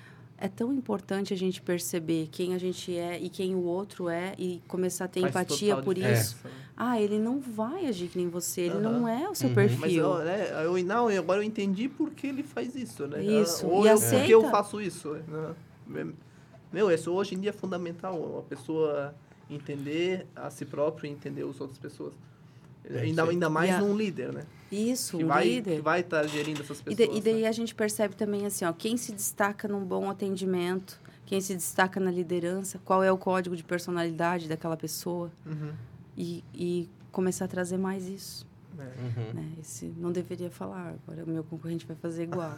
Speaker 3: É tão importante a gente perceber quem a gente é e quem o outro é e começar a ter
Speaker 1: Faz
Speaker 3: empatia
Speaker 1: total
Speaker 3: por
Speaker 1: diferença.
Speaker 3: isso. Ah, ele não vai agir que nem você, ele
Speaker 1: Aham.
Speaker 3: não é o seu
Speaker 2: Uhum.
Speaker 3: perfil.
Speaker 1: Mas eu, né, eu, não, eu- agora eu entendi por que ele faz isso, né?
Speaker 3: Isso,
Speaker 1: Ou
Speaker 3: e
Speaker 1: eu,
Speaker 3: aceita.
Speaker 1: por que eu faço isso. Né? Meu, isso hoje em dia é fundamental, a pessoa entender a si próprio e entender as outras pessoas.
Speaker 2: É,
Speaker 1: ainda,
Speaker 2: sim.
Speaker 1: ainda mais
Speaker 3: E a-
Speaker 1: num líder, né?
Speaker 3: Isso,
Speaker 1: Que
Speaker 3: o
Speaker 1: vai,
Speaker 3: líder.
Speaker 1: que vai estar gerindo essas
Speaker 3: E,
Speaker 1: pessoas.
Speaker 3: de- e daí
Speaker 1: né?
Speaker 3: a gente percebe também assim, ó, quem se destaca num bom atendimento, quem se destaca na liderança, qual é o código de personalidade daquela pessoa
Speaker 1: Uhum.
Speaker 3: e, e começar a trazer mais isso.
Speaker 1: É.
Speaker 2: Uhum.
Speaker 3: Né? Esse não deveria falar, agora o meu concorrente vai fazer igual.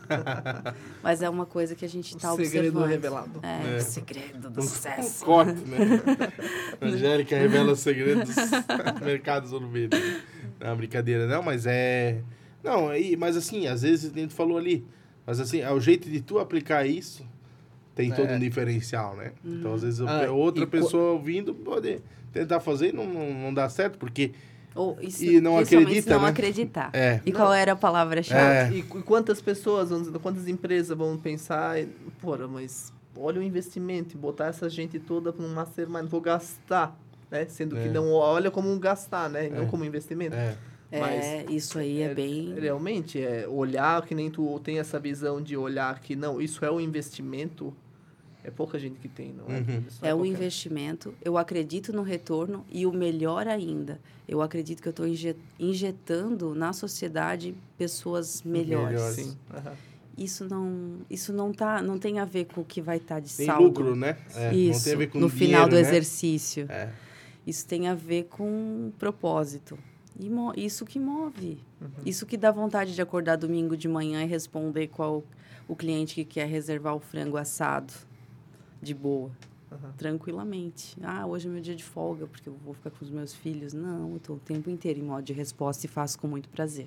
Speaker 3: Mas é uma coisa que a gente está
Speaker 1: O segredo
Speaker 3: observando.
Speaker 1: revelado.
Speaker 3: É,
Speaker 2: É.
Speaker 3: o segredo do
Speaker 2: Um
Speaker 3: sucesso.
Speaker 2: corte, né? Angélica revela os segredos do mercado no meio. É uma brincadeira, não, mas é... Não, aí, mas assim, às vezes a gente falou ali, mas assim, é o jeito de tu aplicar isso tem
Speaker 1: É.
Speaker 2: todo um diferencial, né? Então, às vezes,
Speaker 1: Ah,
Speaker 2: outra
Speaker 1: e
Speaker 2: pessoa ouvindo pode tentar fazer e não, não, não dá certo, porque...
Speaker 3: Ou isso,
Speaker 2: E não
Speaker 3: principalmente
Speaker 2: acredita,
Speaker 3: não
Speaker 2: né?
Speaker 3: acreditar.
Speaker 2: É.
Speaker 3: E
Speaker 1: Não.
Speaker 3: qual era a palavra-chave?
Speaker 2: É.
Speaker 1: E, e quantas pessoas, vamos dizer, quantas empresas vão pensar, e, porra, mas olha o investimento, e botar essa gente toda para um mastermind, vou gastar, né? Sendo que
Speaker 2: É.
Speaker 1: não olha como um gastar, né? Não
Speaker 2: É.
Speaker 1: como investimento.
Speaker 2: É,
Speaker 3: É, isso aí é,
Speaker 1: é-
Speaker 3: bem...
Speaker 1: Realmente, é olhar, que nem tu tem essa visão de olhar que, não, isso é um investimento, é pouca gente que tem, não é?
Speaker 2: Uhum.
Speaker 1: Isso
Speaker 3: É um
Speaker 1: qualquer-
Speaker 3: investimento, eu acredito no retorno e o melhor ainda, eu acredito que eu estou injetando na sociedade pessoas melhores.
Speaker 2: Melhores.
Speaker 1: Sim. aham.
Speaker 3: Isso não, isso não tá, não tem a ver com o que vai estar de
Speaker 2: tem
Speaker 3: saldo.
Speaker 2: lucro, né? É,
Speaker 3: Isso,
Speaker 2: não tem a ver com
Speaker 3: no
Speaker 2: dinheiro,
Speaker 3: final do
Speaker 2: né?
Speaker 3: exercício.
Speaker 2: É.
Speaker 3: Isso tem a ver com propósito. E mo- isso que move.
Speaker 1: Uhum.
Speaker 3: Isso que dá vontade de acordar domingo de manhã e responder qual o cliente que quer reservar o frango assado de boa.
Speaker 1: Aham.
Speaker 3: Tranquilamente. Ah, hoje é meu dia de folga, porque eu vou ficar com os meus filhos. Não, eu estou o tempo inteiro em modo de resposta e faço com muito prazer.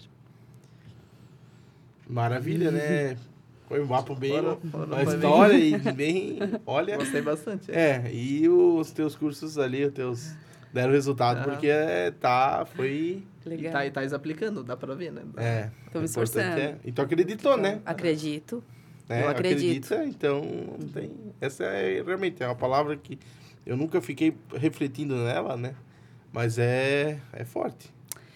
Speaker 2: Maravilha, né? Foi um papo bem...
Speaker 1: Fora- fora
Speaker 2: uma
Speaker 1: foi
Speaker 2: história e bem... Olha...
Speaker 1: Gostei bastante. é.
Speaker 2: É, e os teus cursos ali, os teus... Deram resultado,
Speaker 1: Aham.
Speaker 2: porque é, tá, foi...
Speaker 1: E
Speaker 3: Legal.
Speaker 1: tá, e tá aplicando, dá pra ver, né?
Speaker 2: É,
Speaker 3: Tô me
Speaker 2: o importante
Speaker 3: esforçando.
Speaker 2: é... E tu acreditou, né?
Speaker 3: Acredito.
Speaker 2: É,
Speaker 3: Eu acredito.
Speaker 2: Acredita, então, não tem... Essa é realmente é uma palavra que eu nunca fiquei refletindo nela, né? Mas é, é forte.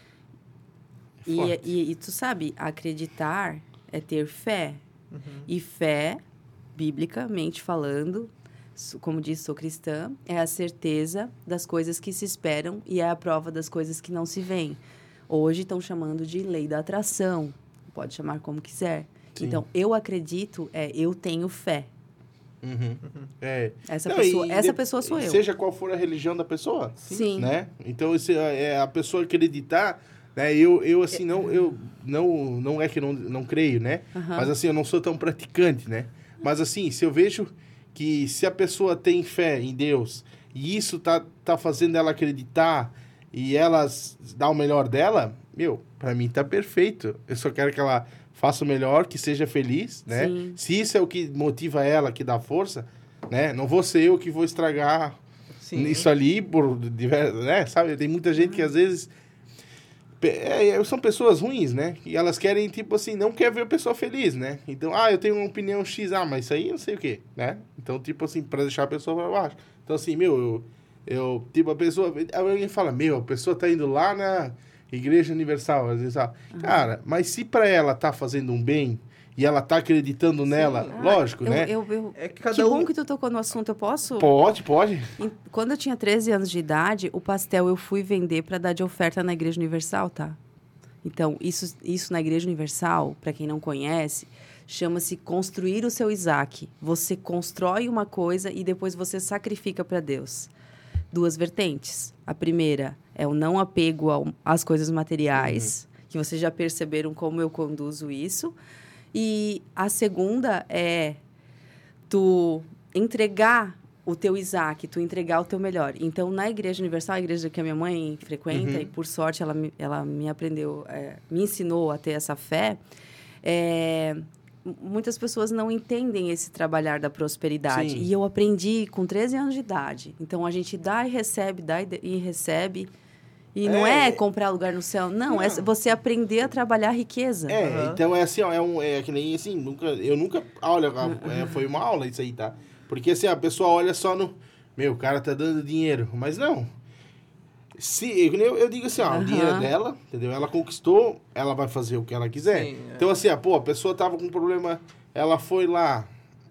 Speaker 2: É
Speaker 3: E,
Speaker 2: forte.
Speaker 3: e, e tu sabe, acreditar é ter fé.
Speaker 1: Uhum.
Speaker 3: E fé, biblicamente falando, so- como disse, sou cristã, é a certeza das coisas que se esperam e é a prova das coisas que não se veem. Hoje estão chamando de lei da atração, pode chamar como quiser.
Speaker 2: Sim.
Speaker 3: Então, eu acredito, é eu tenho fé.
Speaker 2: Uhum. É.
Speaker 3: Essa,
Speaker 2: Não,
Speaker 3: pessoa,
Speaker 2: e
Speaker 3: essa
Speaker 2: de-
Speaker 3: pessoa sou
Speaker 2: e
Speaker 3: eu.
Speaker 2: Seja qual for a religião da pessoa,
Speaker 3: Sim.
Speaker 2: né? Então, esse, é, a pessoa acreditar, né? Eu, eu assim, não, eu, não, não é que não, não creio, né?
Speaker 3: Aham.
Speaker 2: Mas, assim, eu não sou tão praticante, né? Mas, assim, se eu vejo que se a pessoa tem fé em Deus e isso tá, tá fazendo ela acreditar e ela s- dá o melhor dela, meu, pra mim tá perfeito. Eu só quero que ela faça o melhor, que seja feliz, né?
Speaker 3: Sim.
Speaker 2: Se isso é o que motiva ela, que dá força, né? Não vou ser eu que vou estragar
Speaker 1: Sim.
Speaker 2: isso ali por diversos, né? Sabe? Tem muita gente que às vezes pe- é, são pessoas ruins, né? E elas querem, tipo assim, não quer ver a pessoa feliz, né? Então, ah, eu tenho uma opinião X, ah, mas isso aí eu não sei o quê, né? Então, tipo assim, pra deixar a pessoa pra baixo. Então, assim, meu, eu, eu tipo, a pessoa, alguém fala, meu, a pessoa tá indo lá na Igreja Universal, às vezes, ah, cara, mas se pra ela tá fazendo um bem e ela tá acreditando nela,
Speaker 3: Ah,
Speaker 2: lógico,
Speaker 3: eu,
Speaker 2: né?
Speaker 3: Eu, eu,
Speaker 1: É que
Speaker 3: que
Speaker 1: cada
Speaker 3: bom
Speaker 1: um...
Speaker 3: que tu tocou no assunto, eu posso?
Speaker 2: Pode, pode.
Speaker 3: Em- Quando eu tinha treze anos de idade, o pastel eu fui vender para dar de oferta na Igreja Universal, tá? Então, isso, isso na Igreja Universal, para quem não conhece, chama-se construir o seu Isaac. Você constrói uma coisa e depois você sacrifica para Deus. Duas vertentes. A primeira é o não apego ao- às coisas materiais, que vocês já perceberam como eu conduzo isso. E a segunda é tu entregar o teu Isaac, tu entregar o teu melhor. Então, na Igreja Universal, a igreja que a minha mãe frequenta,
Speaker 2: Uhum.
Speaker 3: e por sorte ela me, ela me aprendeu, é, me ensinou a ter essa fé, é, m- muitas pessoas não entendem esse trabalhar da prosperidade.
Speaker 2: Sim.
Speaker 3: E eu aprendi com treze anos de idade. Então, a gente dá e recebe, dá e, de- e recebe, E não é, é comprar lugar no céu, não, não, é você aprender a trabalhar a riqueza.
Speaker 2: É,
Speaker 3: uhum.
Speaker 2: Então é assim, ó, é, um, é que nem assim, nunca, eu nunca, olha, é, foi uma aula isso aí, tá? Porque assim, a pessoa olha só no, meu, o cara tá dando dinheiro, mas não. Se, eu, eu digo assim, ó, uhum. o dinheiro é dela, entendeu? Ela conquistou, ela vai fazer o que ela quiser. Sim, é. Então assim, ó, pô, a pessoa tava com um problema, ela foi lá,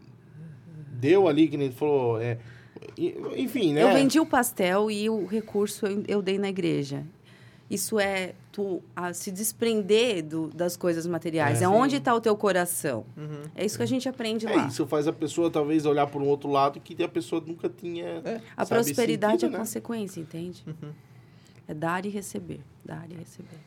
Speaker 2: deu ali, que nem falou, é... Enfim, né?
Speaker 3: Eu vendi o pastel e o recurso eu, eu dei na igreja. Isso é tu a se desprender do, das coisas materiais. É, é onde está o teu coração. Uhum. É isso que a gente aprende
Speaker 2: é,
Speaker 3: lá.
Speaker 2: Isso faz a pessoa talvez olhar por um outro lado que a pessoa nunca tinha. É.
Speaker 3: A
Speaker 2: sabe,
Speaker 3: prosperidade sentido, é né? consequência, entende? Uhum. É dar e receber. Dar e receber.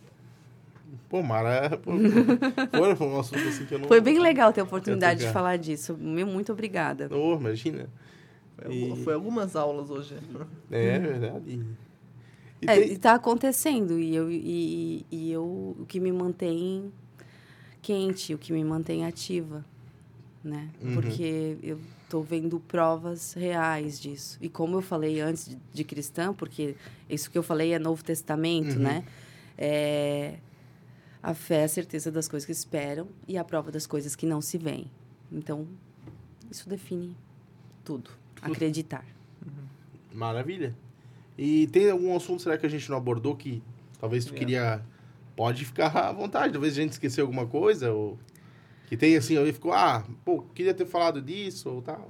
Speaker 2: Pô, Mara, pô, foi um assunto assim que eu não...
Speaker 3: Foi bem legal ter a oportunidade de falar disso. Muito obrigada.
Speaker 2: Oh, imagina.
Speaker 1: Foi, e... foi algumas aulas hoje.
Speaker 2: É, verdade.
Speaker 3: E é, tem... está acontecendo. E, eu, e, e eu, o que me mantém quente, o que me mantém ativa, né? Uhum. Porque eu estou vendo provas reais disso. E como eu falei antes de, de cristã, porque isso que eu falei é Novo Testamento, uhum. né? É... A fé é a certeza das coisas que esperam e a prova das coisas que não se veem. Então, isso define tudo. Acreditar.
Speaker 2: Uhum. Maravilha. E tem algum assunto, será que a gente não abordou que talvez tu é. queria... Pode ficar à vontade. Talvez a gente esqueceu alguma coisa ou... Que tem assim, alguém ficou, ah, pô, queria ter falado disso ou tal.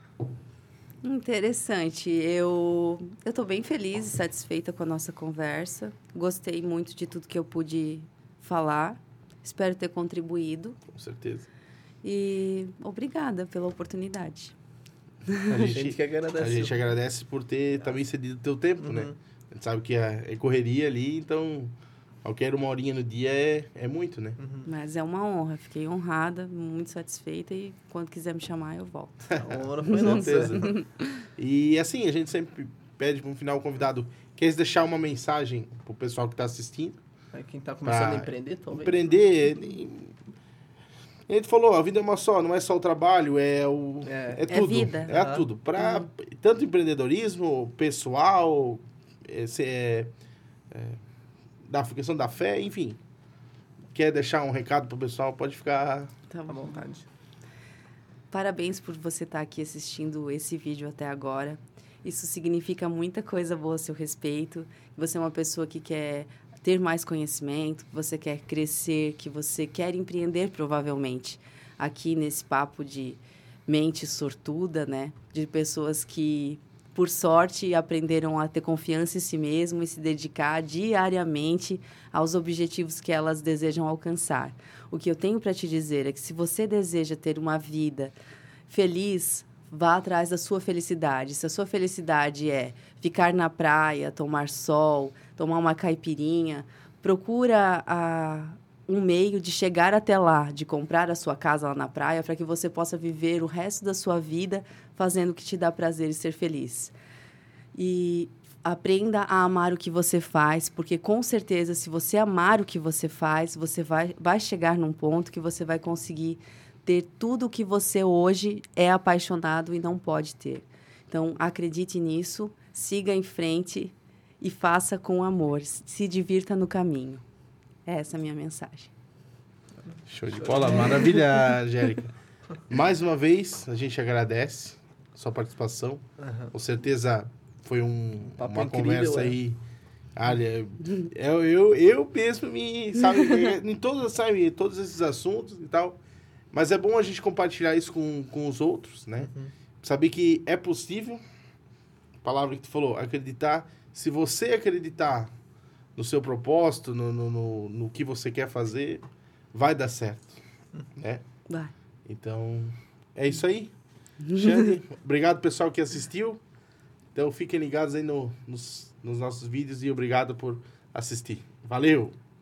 Speaker 3: Interessante. Eu eu tô bem feliz e satisfeita com a nossa conversa. Gostei muito de tudo que eu pude falar. Espero ter contribuído.
Speaker 2: Com certeza.
Speaker 3: E obrigada pela oportunidade.
Speaker 2: A gente, a gente que agradece. A gente agradece por ter também cedido o teu tempo, uhum. né? A gente sabe que é correria ali, então qualquer uma horinha no dia é, é muito, né?
Speaker 3: Uhum. Mas é uma honra. Fiquei honrada, muito satisfeita e quando quiser me chamar, eu volto.
Speaker 1: A honra foi nossa.
Speaker 2: E assim, a gente sempre pede para um final convidado, quer deixar uma mensagem pro pessoal que está assistindo?
Speaker 1: É quem está começando a empreender, talvez.
Speaker 2: Empreender. A gente falou, a vida é uma só, não é só o trabalho, é o é, é tudo. É vida. É uhum. tudo. Para uhum. tanto empreendedorismo, pessoal, é, é, é, da questão da fé, enfim. Quer deixar um recado pro pessoal, pode ficar
Speaker 3: tá à vontade. Parabéns por você estar aqui assistindo esse vídeo até agora. Isso significa muita coisa boa a seu respeito. Você é uma pessoa que quer ter mais conhecimento, que você quer crescer, que você quer empreender, provavelmente. Aqui nesse papo de mente sortuda, né? De pessoas que, por sorte, aprenderam a ter confiança em si mesmo e se dedicar diariamente aos objetivos que elas desejam alcançar. O que eu tenho para te dizer é que se você deseja ter uma vida feliz, vá atrás da sua felicidade. Se a sua felicidade é ficar na praia, tomar sol, tomar uma caipirinha, procura a, um meio de chegar até lá, de comprar a sua casa lá na praia, para que você possa viver o resto da sua vida fazendo o que te dá prazer e ser feliz. E aprenda a amar o que você faz, porque com certeza, se você amar o que você faz, você vai, vai chegar num ponto que você vai conseguir ter tudo o que você hoje é apaixonado e não pode ter. Então, acredite nisso, siga em frente e faça com amor. Se divirta no caminho. Essa é a minha mensagem.
Speaker 2: Show de bola. Maravilha, Angélica. Mais uma vez, a gente agradece a sua participação. Uhum. Com certeza foi um, uma incrível, conversa é. aí. Olha, eu, eu, eu mesmo me... Sabe, em todos, sabe, todos esses assuntos e tal... Mas é bom a gente compartilhar isso com, com os outros, né? Uhum. Saber que é possível, a palavra que tu falou, acreditar. Se você acreditar no seu propósito, no, no, no, no que você quer fazer, vai dar certo, uhum. né?
Speaker 3: Vai.
Speaker 2: Então, é isso aí. Xande, obrigado pessoal que assistiu. Então, fiquem ligados aí no, nos, nos nossos vídeos e obrigado por assistir. Valeu!